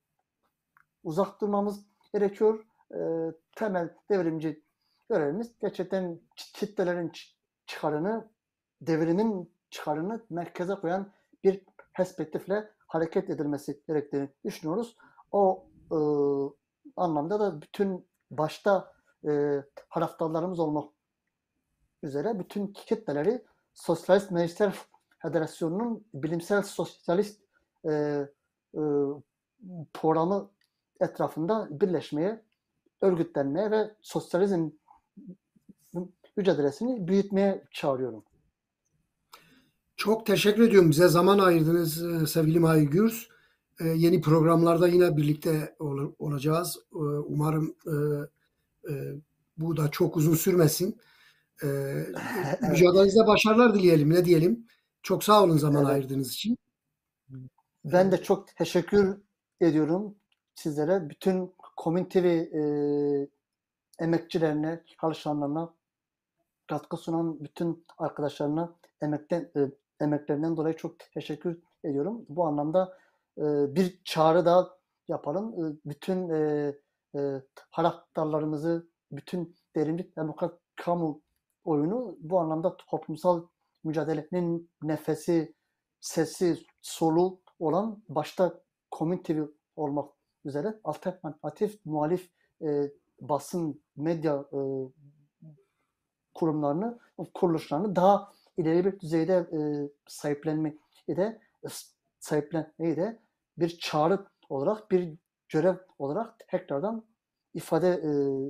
uzak durmamız gerekiyor. E, temel devrimci görevimiz gerçekten kitlelerin çıkarını, devrimin çıkarını merkeze koyan bir perspektifle hareket edilmesi gerektiğini düşünüyoruz. O e, anlamda da bütün başta e, taraftarlarımız olmak üzere bütün kitleleri Sosyalist Meclisler Federasyonu'nun bilimsel sosyalist e, e, programı etrafında birleşmeye, örgütlenmeye ve sosyalizm mücadelesini büyütmeye çağırıyorum. Çok teşekkür ediyorum. Bize zaman ayırdınız sevgili Mahir Gürs. Ee, yeni programlarda yine birlikte ol, olacağız. Ee, umarım e, e, bu da çok uzun sürmesin. Ee, Evet. Mücadelenizde başarılar dileyelim. Ne diyelim? Çok sağ olun zaman Evet. ayırdığınız için. Ben de çok teşekkür ediyorum sizlere. Bütün Komün T V e, emekçilerine, çalışanlarına, katkı sunan bütün arkadaşlarına emekten, e, emeklerinden dolayı çok teşekkür ediyorum. Bu anlamda e, bir çağrı da yapalım. E, bütün e, e, taraftarlarımızı, bütün derinlik demokrat kamu oyunu bu anlamda toplumsal mücadelenin nefesi, sesi, solu olan başta Komün T V olmak üzere alternatif, muhalif e, basın, medya e, kurumlarını, kuruluşlarını daha ileri bir düzeyde e, sahiplenmeyi de sahiplenmeyi de bir çağrı olarak, bir görev olarak tekrardan ifade e,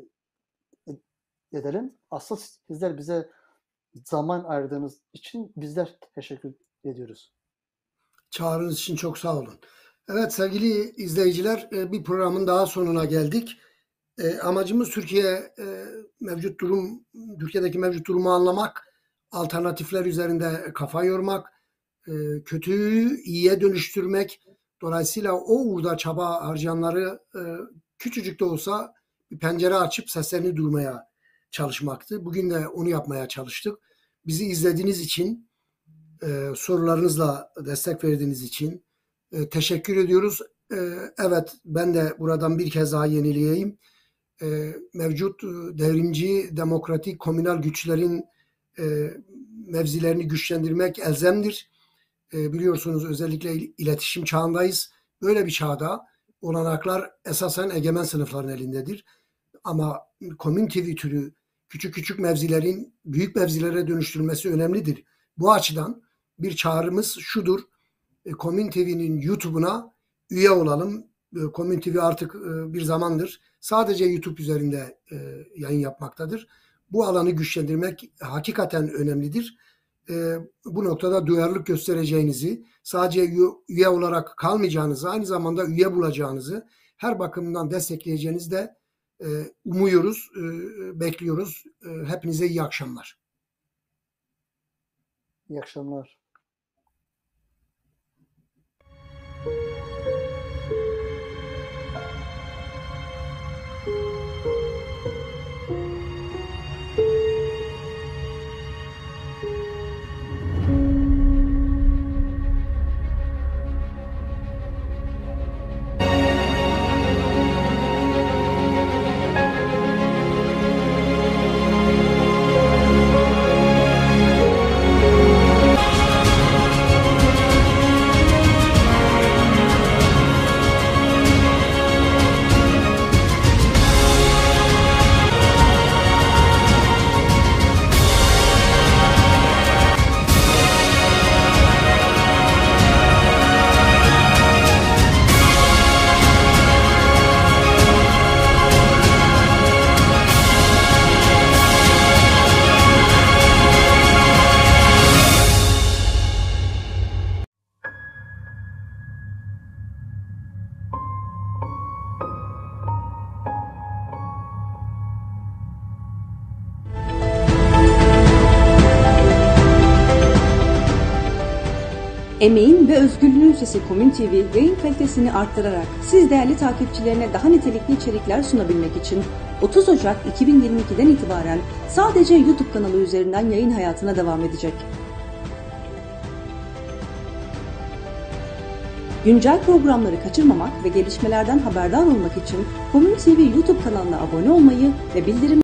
edelim. Asıl sizler bize zaman ayırdığınız için bizler teşekkür ediyoruz. Çağrınız için çok sağ olun. Evet sevgili izleyiciler, bir programın daha sonuna geldik. E, amacımız Türkiye e, mevcut durum, Türkiye'deki mevcut durumu anlamak, alternatifler üzerinde kafa yormak, e, kötüyü iyiye dönüştürmek. Dolayısıyla o uğurda çaba harcayanları e, küçücük de olsa bir pencere açıp seslerini duyurmaya çalışmaktı. Bugün de onu yapmaya çalıştık. Bizi izlediğiniz için, e, sorularınızla destek verdiğiniz için e, teşekkür ediyoruz. E, evet, ben de buradan bir kez daha yenileyeyim. E, mevcut devrimci, demokratik, komünal güçlerin e, mevzilerini güçlendirmek elzemdir. E, biliyorsunuz özellikle iletişim çağındayız. Böyle bir çağda olanaklar esasen egemen sınıfların elindedir. Ama Komün T V türü küçük küçük mevzilerin büyük mevzilere dönüştürülmesi önemlidir. Bu açıdan bir çağrımız şudur. E, Komün T V'nin YouTube'una üye olalım. E, Komün T V artık e, bir zamandır sadece YouTube üzerinde e, yayın yapmaktadır. bu alanı güçlendirmek hakikaten önemlidir. E, bu noktada duyarlılık göstereceğinizi, sadece üye olarak kalmayacağınızı, aynı zamanda üye bulacağınızı, her bakımdan destekleyeceğinizi de e, umuyoruz, e, bekliyoruz. E, hepinize iyi akşamlar. İyi akşamlar. Emeğin ve özgürlüğün sesi Komün T V yayın kalitesini arttırarak siz değerli takipçilerine daha nitelikli içerikler sunabilmek için otuz Ocak iki bin yirmi iki'den itibaren sadece YouTube kanalı üzerinden yayın hayatına devam edecek. Güncel programları kaçırmamak ve gelişmelerden haberdar olmak için Komün T V YouTube kanalına abone olmayı ve bildirim